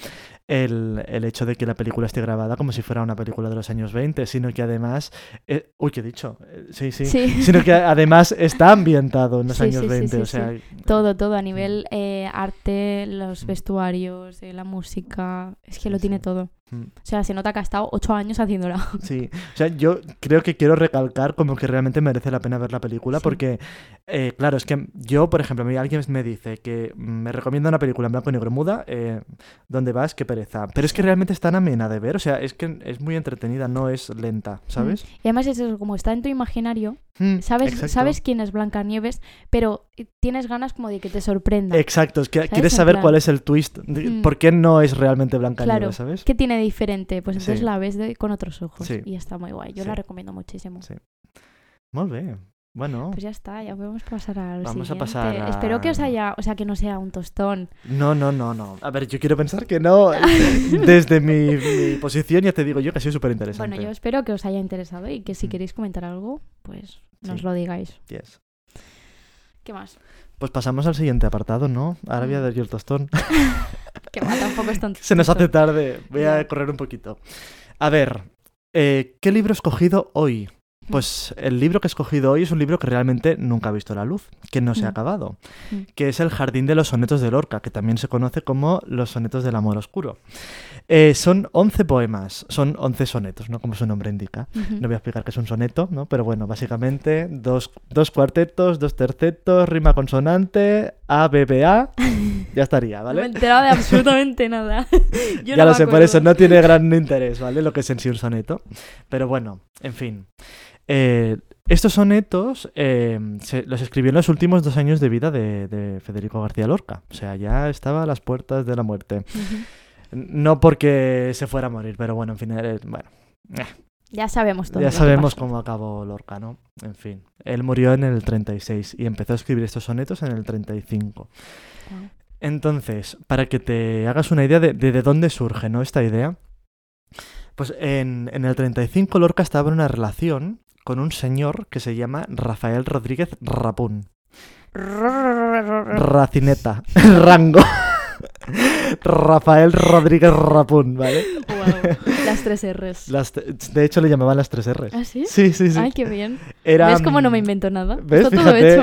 el hecho de que la película esté grabada como si fuera una película de los años 20, sino que además... uy, ¿qué he dicho? Sí. Sí. Sino que además está ambientado en los Sí, años sí, 20, sí, o sea... Todo a nivel arte, los vestuarios, la música, es que lo tiene todo. O sea, se nota que ha estado 8 años haciéndola. Sí, o sea, yo creo que quiero recalcar como que realmente merece la pena ver la película Sí. porque, claro, es que yo, por ejemplo, a mí alguien me dice que me recomienda una película en blanco y negro muda, ¿dónde vas? Qué pereza. Pero es que realmente es tan amena de ver, o sea, es que es muy entretenida, no es lenta, ¿sabes? Y además es eso, como está en tu imaginario, Exacto. sabes quién es Blancanieves, pero tienes ganas como de que te sorprenda. Exacto, es que ¿Sabes? quieres En saber plan- cuál es el twist, por qué no es realmente Blancanieves, Claro, ¿sabes? ¿qué tiene de diferente? Pues entonces Sí. la ves con otros ojos Sí. y está muy guay. Yo Sí. la recomiendo muchísimo. Sí. Muy bien. Bueno, Pues ya está, ya podemos pasar al Vamos a siguiente. pasar a- Espero que os haya, o sea, que no sea un tostón. no. A ver, yo quiero pensar que no. Desde mi posición ya te digo yo que ha sido súper interesante. Bueno, yo espero que os haya interesado y que si queréis comentar algo, pues nos Sí. lo digáis. Yes. ¿Qué más? Pues pasamos al siguiente apartado, ¿no? Ahora voy a dar yo el tostón. Que va, tampoco es tan Se nos hace tostón. tarde. Voy a correr un poquito. A ver, ¿qué libro he escogido hoy? Pues el libro que he escogido hoy es un libro que realmente nunca ha visto la luz, que no se ha acabado, que es El jardín de los sonetos de Lorca, que también se conoce como Los sonetos del amor oscuro. Son 11 poemas, son 11 sonetos, ¿no? Como su nombre indica. No voy a explicar qué es un soneto, ¿no? Pero bueno, básicamente dos cuartetos, 2 tercetos, rima consonante, A, B, B, A, ya estaría, No ¿vale? me he enterado de absolutamente nada. Yo Ya no lo me sé, por acuerdo. eso no tiene gran interés, ¿vale? Lo que es en sí un soneto. Pero bueno, en fin. Estos sonetos los escribió en los últimos 2 años de vida de Federico García Lorca. O sea, ya estaba a las puertas de la muerte. No porque se fuera a morir, pero bueno, en fin, bueno. Ya sabemos todo. Ya lo que sabemos pasó. cómo acabó Lorca, ¿no? En fin, él murió en el 36 y empezó a escribir estos sonetos en el 35. Guau. Entonces, para que te hagas una idea de dónde surge, ¿no? Esta idea, pues en el 35 Lorca estaba en una relación con un señor que se llama Rafael Rodríguez Rapún. Racineta. Rango. Rafael Rodríguez Rapún, ¿vale? Guau. Las 3 R's. De hecho, le llamaban las 3 R's. ¿Ah, sí? Sí. Ay, qué bien. Era, ¿Ves cómo no me invento nada? ¿Ves? Está todo Fíjate. hecho.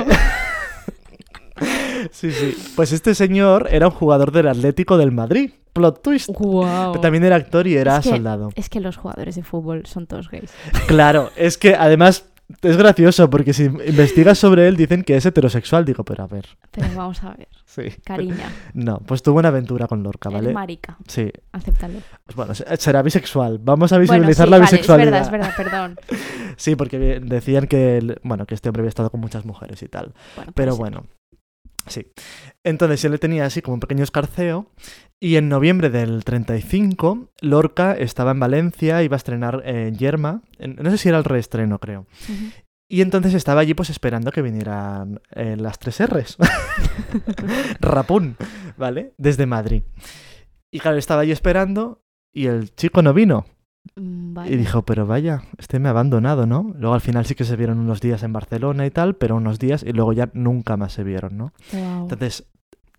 Sí. Pues este señor era un jugador del Atlético del Madrid. Plot twist. Wow. Pero también era actor y era Es que- soldado. Es que los jugadores de fútbol son todos gays. Claro, es que además es gracioso porque si investigas sobre él dicen que es heterosexual. Digo, pero a ver. Pero vamos a ver, Sí. cariña. No, pues tuvo una aventura con Lorca, ¿vale? Es marica. Sí. Acéptalo. Pues bueno, será bisexual. Vamos a Bueno, visibilizar sí, la vale, bisexualidad. es verdad, perdón. Sí, porque decían que, que este hombre había estado con muchas mujeres y tal. Bueno, Pero puede ser. bueno, sí. Entonces él le tenía así como un pequeño escarceo y en noviembre del 35 Lorca estaba en Valencia, iba a estrenar Yerma, no sé si era el reestreno, creo. Ujú. Y entonces estaba allí pues esperando que vinieran las 3 R's. Rapún, ¿vale? Desde Madrid. Y claro, estaba allí esperando y el chico no vino. Vale. Y dijo, pero vaya, este me ha abandonado, ¿no? Luego al final sí que se vieron unos días en Barcelona y tal, pero unos días y luego ya nunca más se vieron, ¿no? Wow. Entonces,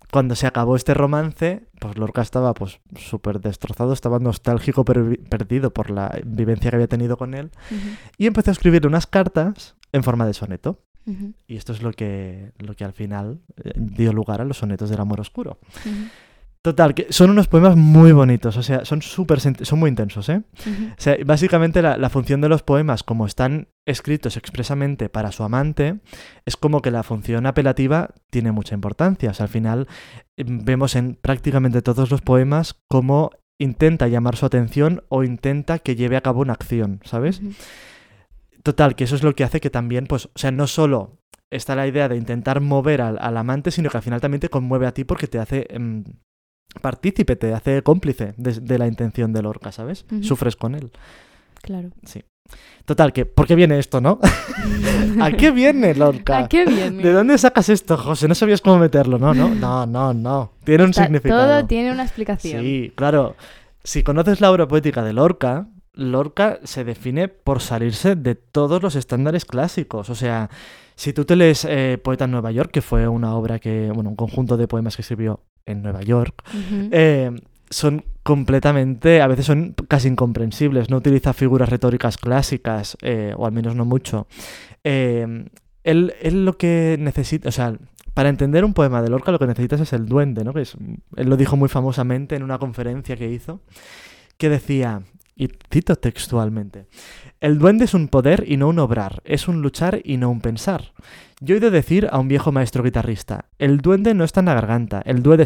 cuando se acabó este romance, pues Lorca estaba pues súper destrozado, estaba nostálgico perdido por la vivencia que había tenido con él, y empezó a escribirle unas cartas en forma de soneto. Y esto es lo que al final dio lugar a los sonetos del amor oscuro. Total, que son unos poemas muy bonitos, o sea, son muy intensos, ¿eh? O sea, básicamente la función de los poemas, como están escritos expresamente para su amante, es como que la función apelativa tiene mucha importancia. O sea, al final vemos en prácticamente todos los poemas cómo intenta llamar su atención o intenta que lleve a cabo una acción, ¿sabes? Total, que eso es lo que hace que también, pues, o sea, no solo está la idea de intentar mover al amante, sino que al final también te conmueve a ti porque te hace partícipe, te hace cómplice de la intención de Lorca, ¿sabes? Sufres con él. Claro. Sí. Total, que ¿por qué viene esto, no? ¿A qué viene, Lorca? ¿A qué viene? ¿De dónde sacas esto, José? No sabías cómo meterlo, ¿no? No. Tiene un significado. Todo tiene una explicación. Sí, claro. Si conoces la obra poética de Lorca, Lorca se define por salirse de todos los estándares clásicos. O sea, si tú te lees Poeta en Nueva York, que fue una obra un conjunto de poemas que escribió en Nueva York, son completamente, a veces son casi incomprensibles, no utiliza figuras retóricas clásicas, o al menos no mucho. Él lo que necesita, o sea, para entender un poema de Lorca lo que necesitas es el duende, ¿no? Él lo dijo muy famosamente en una conferencia que hizo, que decía, y cito textualmente: el duende es un poder y no un obrar, es un luchar y no un pensar. Yo he oído decir a un viejo maestro guitarrista: el duende no está en la garganta, el duende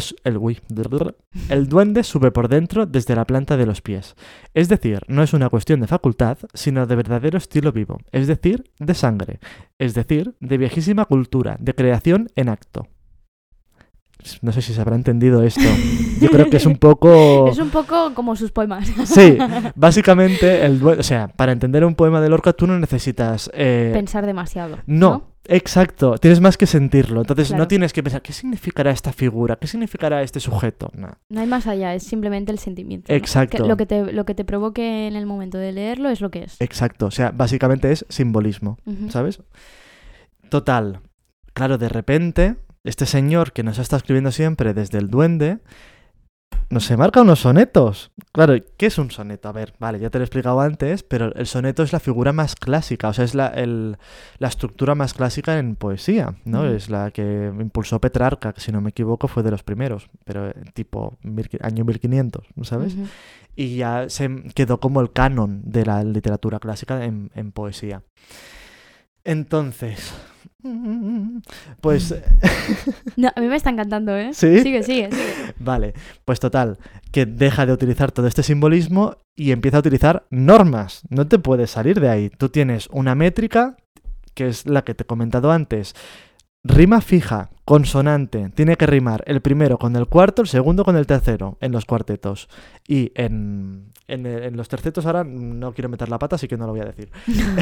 sube por dentro desde la planta de los pies. Es decir, no es una cuestión de facultad, sino de verdadero estilo vivo, es decir, de sangre, es decir, de viejísima cultura, de creación en acto. No sé si se habrá entendido esto. Yo creo que es un poco... Es un poco como sus poemas. Sí, básicamente, o sea, para entender un poema de Lorca tú no necesitas... pensar demasiado. No, exacto. Tienes más que sentirlo. Entonces Claro. no tienes que pensar, ¿qué significará esta figura? ¿Qué significará este sujeto? No hay más allá, es simplemente el sentimiento, ¿no? Exacto. Lo que te provoque en el momento de leerlo es lo que es. Exacto. O sea, básicamente es simbolismo, ¿sabes? Total. Claro, de repente... Este señor que nos está escribiendo siempre desde el duende nos se marca unos sonetos. Claro, ¿qué es un soneto? A ver, vale, ya te lo he explicado antes, pero el soneto es la figura más clásica, o sea, es la estructura más clásica en poesía, ¿no? Es la que impulsó Petrarca, que si no me equivoco fue de los primeros, pero tipo año 1500, ¿sabes? Y ya se quedó como el canon de la literatura clásica en poesía. Entonces... Pues... No, a mí me está encantando, ¿eh? ¿Sí? Sigue. Vale, pues total, que deja de utilizar todo este simbolismo y empieza a utilizar normas. No te puedes salir de ahí. Tú tienes una métrica, que es la que te he comentado antes. Rima fija, consonante. Tiene que rimar el primero con el cuarto, el segundo con el tercero en los cuartetos. Y en los tercetos ahora no quiero meter la pata, así que no lo voy a decir.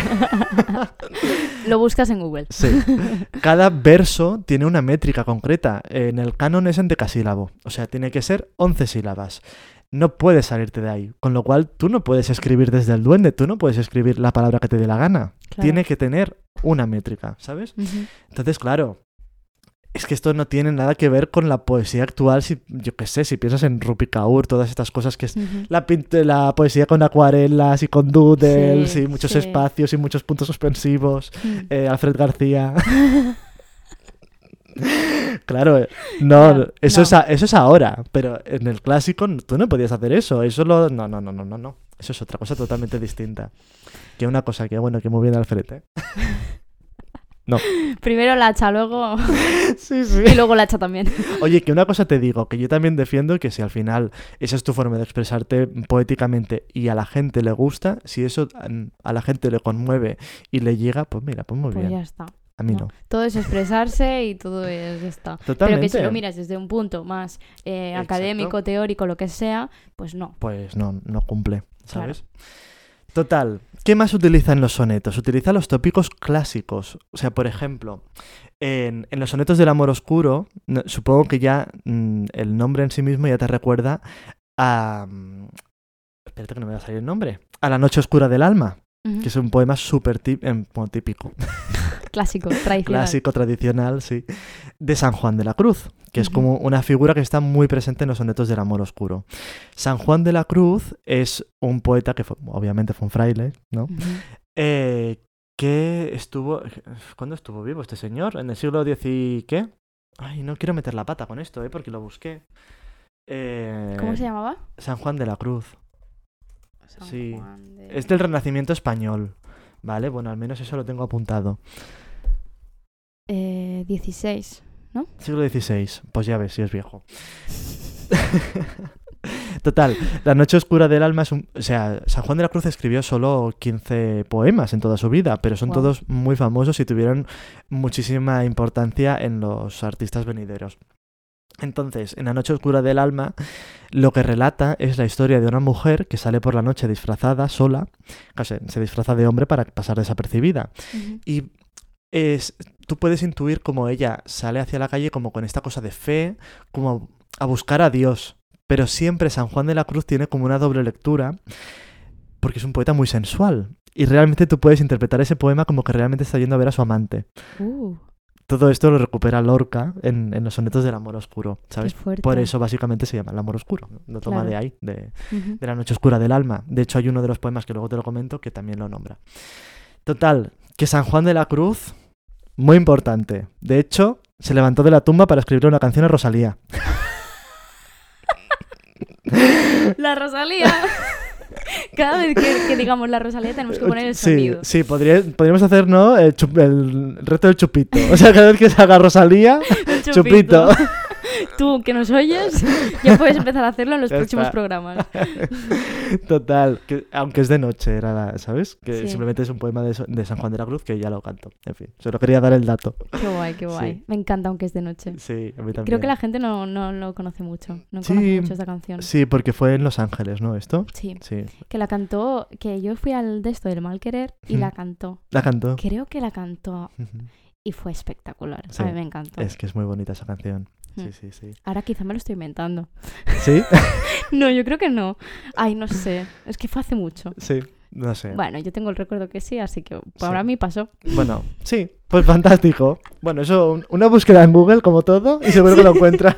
Lo buscas en Google. Sí. Cada verso tiene una métrica concreta. En el canon es en decasílabo. O sea, tiene que ser 11 sílabas. No puedes salirte de ahí. Con lo cual, tú no puedes escribir desde el duende. Tú no puedes escribir la palabra que te dé la gana. Claro. Tiene que tener una métrica, ¿sabes? Entonces, claro, es que esto no tiene nada que ver con la poesía actual. Yo qué sé, si piensas en Rupi Kaur, todas estas cosas que es la poesía con acuarelas y con doodles y muchos espacios y muchos puntos suspensivos. Alfred García. Claro, no, eso es ahora, pero en el clásico tú no podías hacer eso. No. Eso es otra cosa totalmente distinta. Que una cosa que muy bien Alfred, ¿eh? No. Primero la hacha, luego... Sí. Y luego la hacha también. Oye, que una cosa te digo, que yo también defiendo que si al final esa es tu forma de expresarte poéticamente y a la gente le gusta, si eso a la gente le conmueve y le llega, pues mira, pues muy bien. Pues ya está. A mí no. Todo es expresarse y todo es está. Totalmente. Pero que si lo miras desde un punto más académico, teórico, lo que sea, pues no. Pues no cumple, ¿sabes? Claro. Total, ¿qué más utiliza en los sonetos? Utiliza los tópicos clásicos. O sea, por ejemplo, en los sonetos del amor oscuro, supongo que ya el nombre en sí mismo ya te recuerda a... Espérate que no me va a salir el nombre. A La noche oscura del alma, que es un poema súper típico. Clásico, tradicional. Clásico, tradicional, sí. De San Juan de la Cruz, que es como una figura que está muy presente en los sonetos del amor oscuro. San Juan de la Cruz es un poeta que obviamente fue un fraile, ¿no? Que estuvo... ¿Cuándo estuvo vivo este señor? ¿En el siglo X y qué? Ay, no quiero meter la pata con esto, porque lo busqué. ¿Cómo se llamaba? San Juan de la Cruz. San Sí. Juan de... Es del Renacimiento español, ¿vale? Bueno, al menos eso lo tengo apuntado. 16, ¿no? Siglo XVI. Pues ya ves, si es viejo. Total, La noche oscura del alma es un... O sea, San Juan de la Cruz escribió solo 15 poemas en toda su vida, pero son todos muy famosos y tuvieron muchísima importancia en los artistas venideros. Entonces, en La noche oscura del alma, lo que relata es la historia de una mujer que sale por la noche disfrazada, sola, se disfraza de hombre para pasar desapercibida. Y tú puedes intuir cómo ella sale hacia la calle como con esta cosa de fe, como a buscar a Dios. Pero siempre San Juan de la Cruz tiene como una doble lectura, porque es un poeta muy sensual. Y realmente tú puedes interpretar ese poema como que realmente está yendo a ver a su amante. Todo esto lo recupera Lorca en los sonetos del amor oscuro, ¿sabes? Por eso básicamente se llama el amor oscuro. Lo toma de ahí, de la noche oscura del alma. De hecho, hay uno de los poemas que luego te lo comento que también lo nombra. Total, que San Juan de la Cruz, muy importante. De hecho, se levantó de la tumba para escribir una canción a Rosalía. La Rosalía. Cada vez que digamos la Rosalía tenemos que poner el sonido. Sí, podríamos hacer, ¿no? El reto del chupito. O sea, cada vez que se haga Rosalía, chupito. Tú, que nos oyes, ya puedes empezar a hacerlo en los próximos programas. Total, aunque es de noche, ¿sabes? Que simplemente es un poema de San Juan de la Cruz que ya lo canto. En fin, solo quería dar el dato. Qué guay, qué guay. Sí. Me encanta aunque es de noche. Sí, a mí también. Creo que la gente no lo conoce mucho. No conoce mucho esta canción. Sí, porque fue en Los Ángeles, ¿no? ¿Esto? Sí. Que la cantó, que yo fui al de esto del Mal Querer y la cantó. ¿La cantó? Creo que la cantó y fue espectacular. Sí. A mí me encantó. Es que es muy bonita esa canción. Sí. Ahora quizá me lo estoy inventando. ¿Sí? No, yo creo que no. Ay, no sé. Es que fue hace mucho. Sí, no sé. Bueno, yo tengo el recuerdo que sí, así que para mí pasó. Bueno, sí, pues fantástico. Bueno, eso, una búsqueda en Google como todo y seguro que lo encuentras.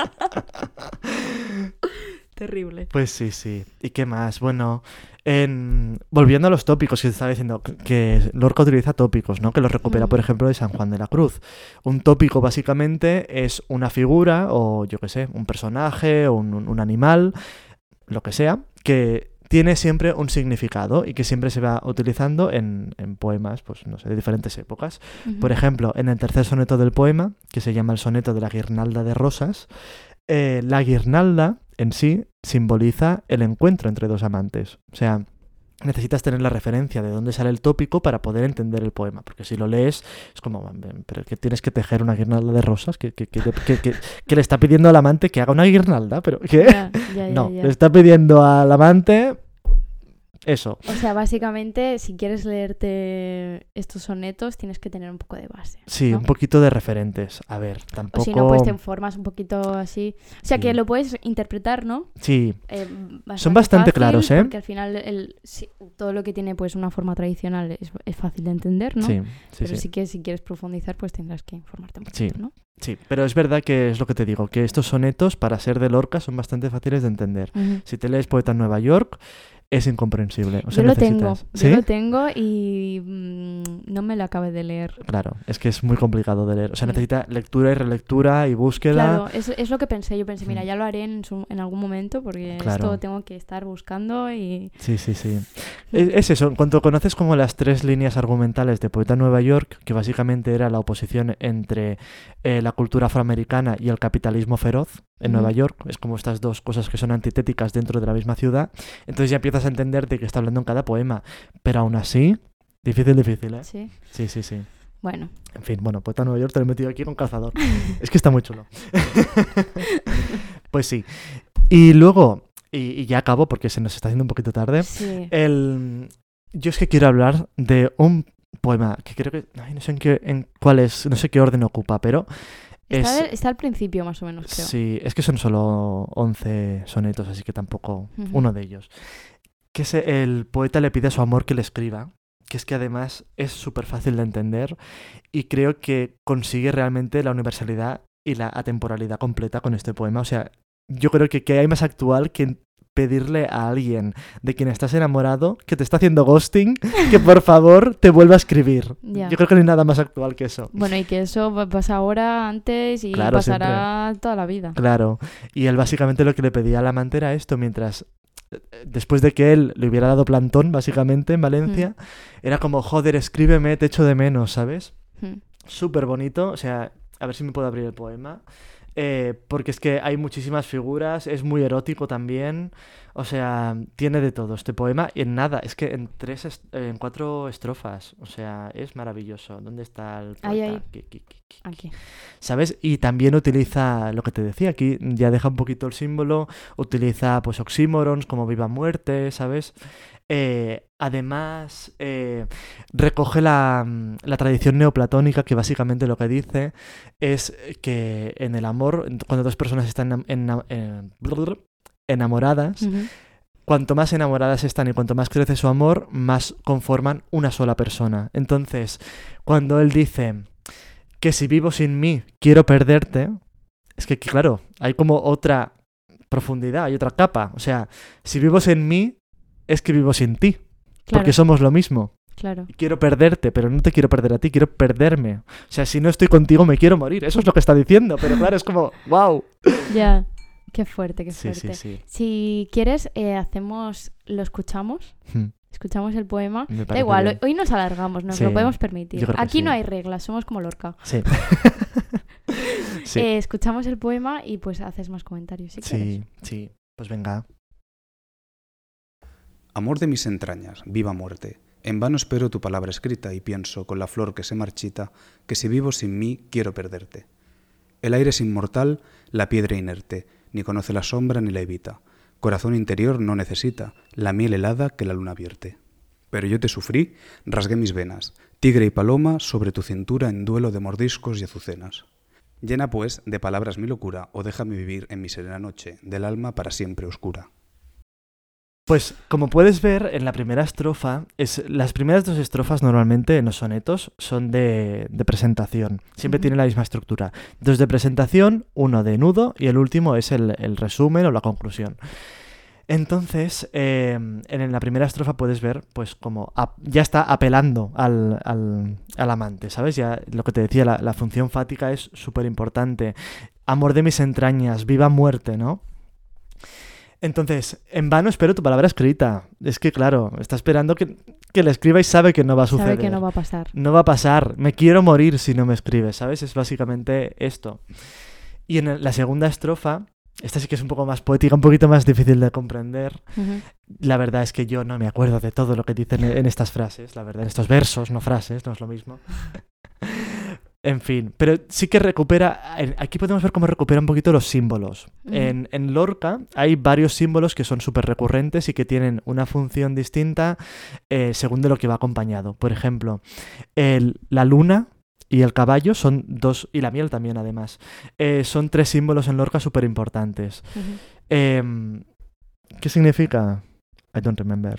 Terrible. Pues sí. ¿Y qué más? Bueno, volviendo a los tópicos que te estaba diciendo, que Lorca utiliza tópicos, ¿no? Que los recupera, por ejemplo, de San Juan de la Cruz. Un tópico, básicamente, es una figura o, yo qué sé, un personaje o un animal, lo que sea, que tiene siempre un significado y que siempre se va utilizando en poemas, pues no sé, de diferentes épocas. Por ejemplo, en el tercer soneto del poema, que se llama el soneto de la guirnalda de rosas, la guirnalda en sí simboliza el encuentro entre dos amantes. O sea, necesitas tener la referencia de dónde sale el tópico para poder entender el poema. Porque si lo lees, es como, pero que tienes que tejer una guirnalda de rosas, que le está pidiendo al amante que haga una guirnalda, pero ¿qué? No, le está pidiendo al amante... Eso. O sea, básicamente, si quieres leerte estos sonetos, tienes que tener un poco de base. Sí, ¿no? Un poquito de referentes. A ver, tampoco... O si no, pues te informas un poquito así. O sea, que lo puedes interpretar, ¿no? Sí. Son bastante fácil, claros, ¿eh? Porque al final todo lo que tiene pues una forma tradicional es fácil de entender, ¿no? Sí. Pero sí que si quieres profundizar, pues tendrás que informarte un poquito, ¿no? Sí, pero es verdad que es lo que te digo, que estos sonetos, para ser de Lorca, son bastante fáciles de entender. Si te lees Poeta en Nueva York... es incomprensible. O sea, yo lo tengo y no me lo acabé de leer. Claro, es que es muy complicado de leer. O sea, necesita lectura y relectura y búsqueda. Claro, es lo que pensé. Yo pensé, mira, ya lo haré en algún momento porque esto tengo que estar buscando y... Sí. Es eso, en cuanto conoces como las tres líneas argumentales de Poeta en Nueva York, que básicamente era la oposición entre la cultura afroamericana y el capitalismo feroz en Nueva York, es como estas dos cosas que son antitéticas dentro de la misma ciudad, entonces ya empiezas a entender de qué está hablando en cada poema, pero aún así, difícil, ¿eh? Sí. Sí. Bueno. En fin, Poeta en Nueva York te lo he metido aquí con calzador. Es que está muy chulo. Pues sí. Y luego, y ya acabo porque se nos está haciendo un poquito tarde, yo es que quiero hablar de un poema que creo que, no sé en cuál es, no sé qué orden ocupa, pero... Está al principio, más o menos, creo. Sí, es que son solo 11 sonetos, así que tampoco uno de ellos. Que el poeta le pide a su amor que le escriba, que es que además es súper fácil de entender y creo que consigue realmente la universalidad y la atemporalidad completa con este poema. O sea, yo creo que hay más actual que pedirle a alguien de quien estás enamorado, que te está haciendo ghosting, que por favor te vuelva a escribir. Ya. Yo creo que no hay nada más actual que eso. Bueno, y que eso pasa ahora, antes y Claro, pasará toda la vida. Claro. Y él básicamente lo que le pedía al amante era esto, mientras... Después de que él le hubiera dado plantón, básicamente, en Valencia, era como, joder, escríbeme, te echo de menos, ¿sabes? Súper bonito, o sea, a ver si me puedo abrir el poema. Porque es que hay muchísimas figuras, es muy erótico también, o sea, tiene de todo este poema y en nada, es que en 4 estrofas, o sea, es maravilloso. ¿Dónde está el poeta? Ahí. Aquí. ¿Sabes? Y también utiliza lo que te decía, aquí ya deja un poquito el símbolo, utiliza pues oxímorons como viva muerte, ¿sabes? Además, recoge la tradición neoplatónica, que básicamente lo que dice es que en el amor, cuando dos personas están enamoradas, cuanto más enamoradas están y cuanto más crece su amor, más conforman una sola persona. Entonces, cuando él dice que si vivo sin mí, quiero perderte, es que claro, hay como otra profundidad, hay otra capa. O sea, si vivo sin mí, es que vivo sin ti, porque somos lo mismo. Claro. Quiero perderte, pero no te quiero perder a ti, quiero perderme. O sea, si no estoy contigo me quiero morir. Eso es lo que está diciendo, pero claro, es como, wow. Ya, qué fuerte, qué fuerte. Sí. Si quieres, lo escuchamos. Escuchamos el poema. Da igual, hoy nos alargamos, nos lo podemos permitir. Aquí no hay reglas, somos como Lorca. Sí. Escuchamos el poema y pues haces más comentarios si quieres. Sí, pues venga. Amor de mis entrañas, viva muerte, en vano espero tu palabra escrita y pienso, con la flor que se marchita, que si vivo sin mí, quiero perderte. El aire es inmortal, la piedra inerte, ni conoce la sombra ni la evita. Corazón interior no necesita, la miel helada que la luna vierte. Pero yo te sufrí, rasgué mis venas, tigre y paloma sobre tu cintura en duelo de mordiscos y azucenas. Llena pues de palabras mi locura, o déjame vivir en mi serena noche, del alma para siempre oscura. Pues como puedes ver en la primera estrofa, las primeras 2 estrofas normalmente en los sonetos son de presentación, siempre tienen la misma estructura. 2 de presentación, 1 de nudo y el último es el resumen o la conclusión. Entonces, en la primera estrofa puedes ver pues como ya está apelando al amante, ¿sabes? Ya lo que te decía, la función fática es súper importante. Amor de mis entrañas, viva muerte, ¿no? Entonces, en vano espero tu palabra escrita. Es que, claro, está esperando que le escriba y sabe que no va a suceder. Sabe que no va a pasar. No va a pasar. Me quiero morir si no me escribes, ¿sabes? Es básicamente esto. Y en la segunda estrofa, esta sí que es un poco más poética, un poquito más difícil de comprender. La verdad es que yo no me acuerdo de todo lo que dicen en estas frases, la verdad, en estos versos, no frases, no es lo mismo. En fin, pero sí que recupera... Aquí podemos ver cómo recupera un poquito los símbolos. En Lorca hay varios símbolos que son súper recurrentes y que tienen una función distinta según de lo que va acompañado. Por ejemplo, la luna y el caballo son 2... Y la miel también, además. Son 3 símbolos en Lorca súper importantes. ¿Qué significa? I don't remember.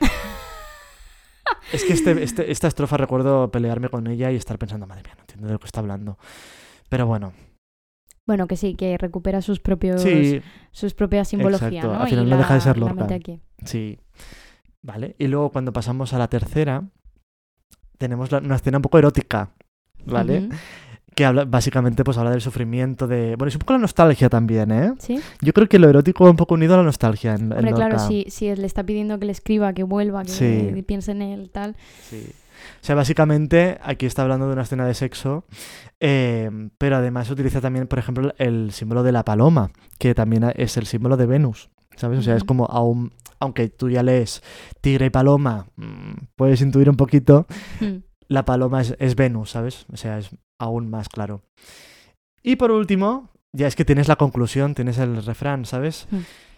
Es que esta estrofa recuerdo pelearme con ella y estar pensando, madre mía, no entiendo de lo que está hablando. Pero bueno. Bueno, que sí, que recupera sus propias simbologías, exacto. ¿no? Al final y no deja de ser Lorca. la mete aquí. Sí. Vale. Y luego cuando pasamos a la tercera, tenemos una escena un poco erótica, ¿vale? Que básicamente pues habla del sufrimiento de... Bueno, es un poco la nostalgia también, ¿eh? ¿Sí? Yo creo que lo erótico va un poco unido a la nostalgia en Hombre, Lorca. claro, si le está pidiendo que le escriba, que vuelva, que piense en él, tal... Sí. O sea, básicamente aquí está hablando de una escena de sexo, pero además utiliza también, por ejemplo, el símbolo de la paloma, que también es el símbolo de Venus, ¿sabes? O sea, es como aunque tú ya lees tigre y paloma, puedes intuir un poquito... La paloma es Venus, ¿sabes? O sea, es aún más claro. Y por último, ya es que tienes la conclusión, tienes el refrán, ¿sabes?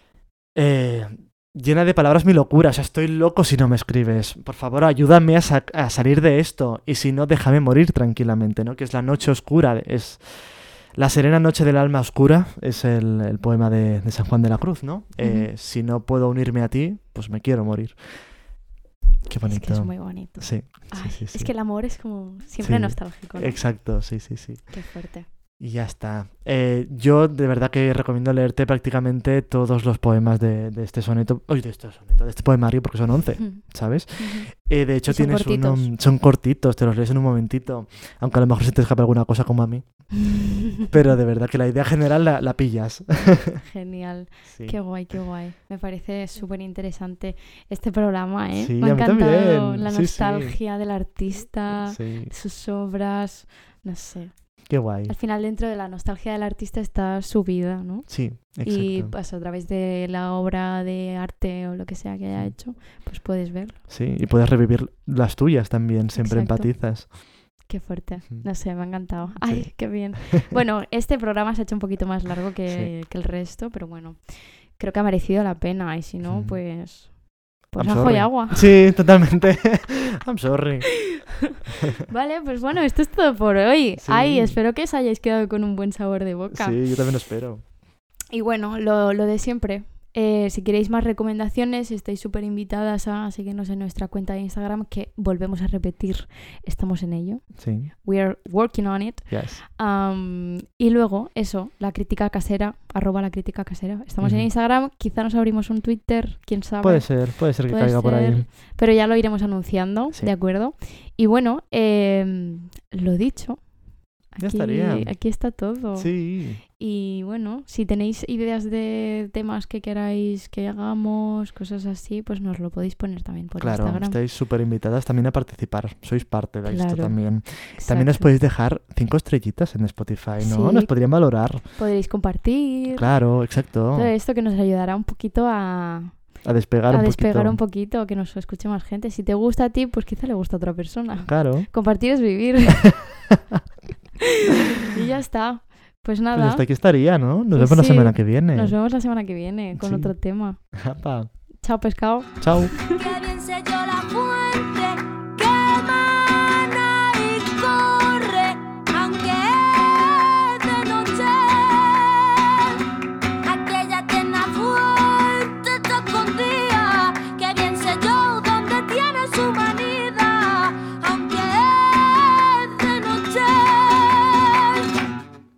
Llena de palabras mi locura, o sea, estoy loco si no me escribes. Por favor, ayúdame a salir de esto. Y si no, déjame morir tranquilamente, ¿no? Que es la noche oscura, es la serena noche del alma oscura, es el poema de San Juan de la Cruz, ¿no? Si no puedo unirme a ti, pues me quiero morir. Qué bonito. Es que es muy bonito. Sí, Ay, sí. Es que el amor es como siempre Sí, nostálgico, ¿no? Exacto, sí. Qué fuerte. Y ya está. Yo de verdad que recomiendo leerte prácticamente todos los poemas de este soneto. Uy, de este poemario, porque son 11, ¿sabes? De hecho, Y son tienes cortitos. son cortitos, te los lees en un momentito. Aunque a lo mejor se te escapa alguna cosa como a mí. Pero de verdad que la idea general la pillas. Genial. Sí. Qué guay, qué guay. Me parece súper interesante este programa, ¿eh? Sí, Me ha a mí encantado también. la Sí, nostalgia del artista, Sí, sus obras, no sé. qué guay. Al final dentro de la nostalgia del artista está su vida, ¿no? Sí, exacto. Y pues a través de la obra de arte o lo que sea que haya hecho, pues puedes verlo. Sí, y puedes revivir las tuyas también, siempre Exacto. empatizas. Qué fuerte. Ujú. No sé, me ha encantado. Ay, Sí. qué bien. Bueno, este programa se ha hecho un poquito más largo que el resto, pero bueno, creo que ha merecido la pena. Y si no, Ujú. pues I'm ajo y sorry. agua. Sí, totalmente. I'm sorry. Vale, pues bueno, esto es todo por hoy. Sí. Ay, espero que os hayáis quedado con un buen sabor de boca. Sí, yo también lo espero. Y bueno, lo de siempre. Si queréis más recomendaciones, estáis súper invitadas a seguirnos en nuestra cuenta de Instagram, que volvemos a repetir, estamos en ello. Sí, We are working on it. yes. Y luego, eso, la crítica casera, @la crítica casera. Estamos en Ujú. Instagram, quizá nos abrimos un Twitter, quién sabe. Puede ser que Puede caiga por ahí. ser, pero ya lo iremos anunciando, Sí. ¿de acuerdo? Y bueno, lo dicho. Ya estaría. Aquí está todo. Sí, Y bueno, si tenéis ideas de temas que queráis que hagamos, cosas así, pues nos lo podéis poner también por claro, Instagram. estáis súper invitadas también a participar. Sois parte de esto Claro. también. También os Exacto. podéis dejar 5 estrellitas en Spotify, ¿no? Sí. Nos podrían valorar. Podréis compartir. Claro, exacto. Todo esto que nos ayudará un poquito a A despegar un poquito, que nos escuche más gente. Si te gusta a ti, pues quizá le gusta a otra persona. Claro. Compartir es vivir. Y ya está. Pues Pues nada, hasta aquí estaría, ¿no? Nos Pues vemos la sí. semana que viene. nos vemos la semana que viene con Sí. otro tema. Apa. Chao, pescado. Chao. Que bien sé yo la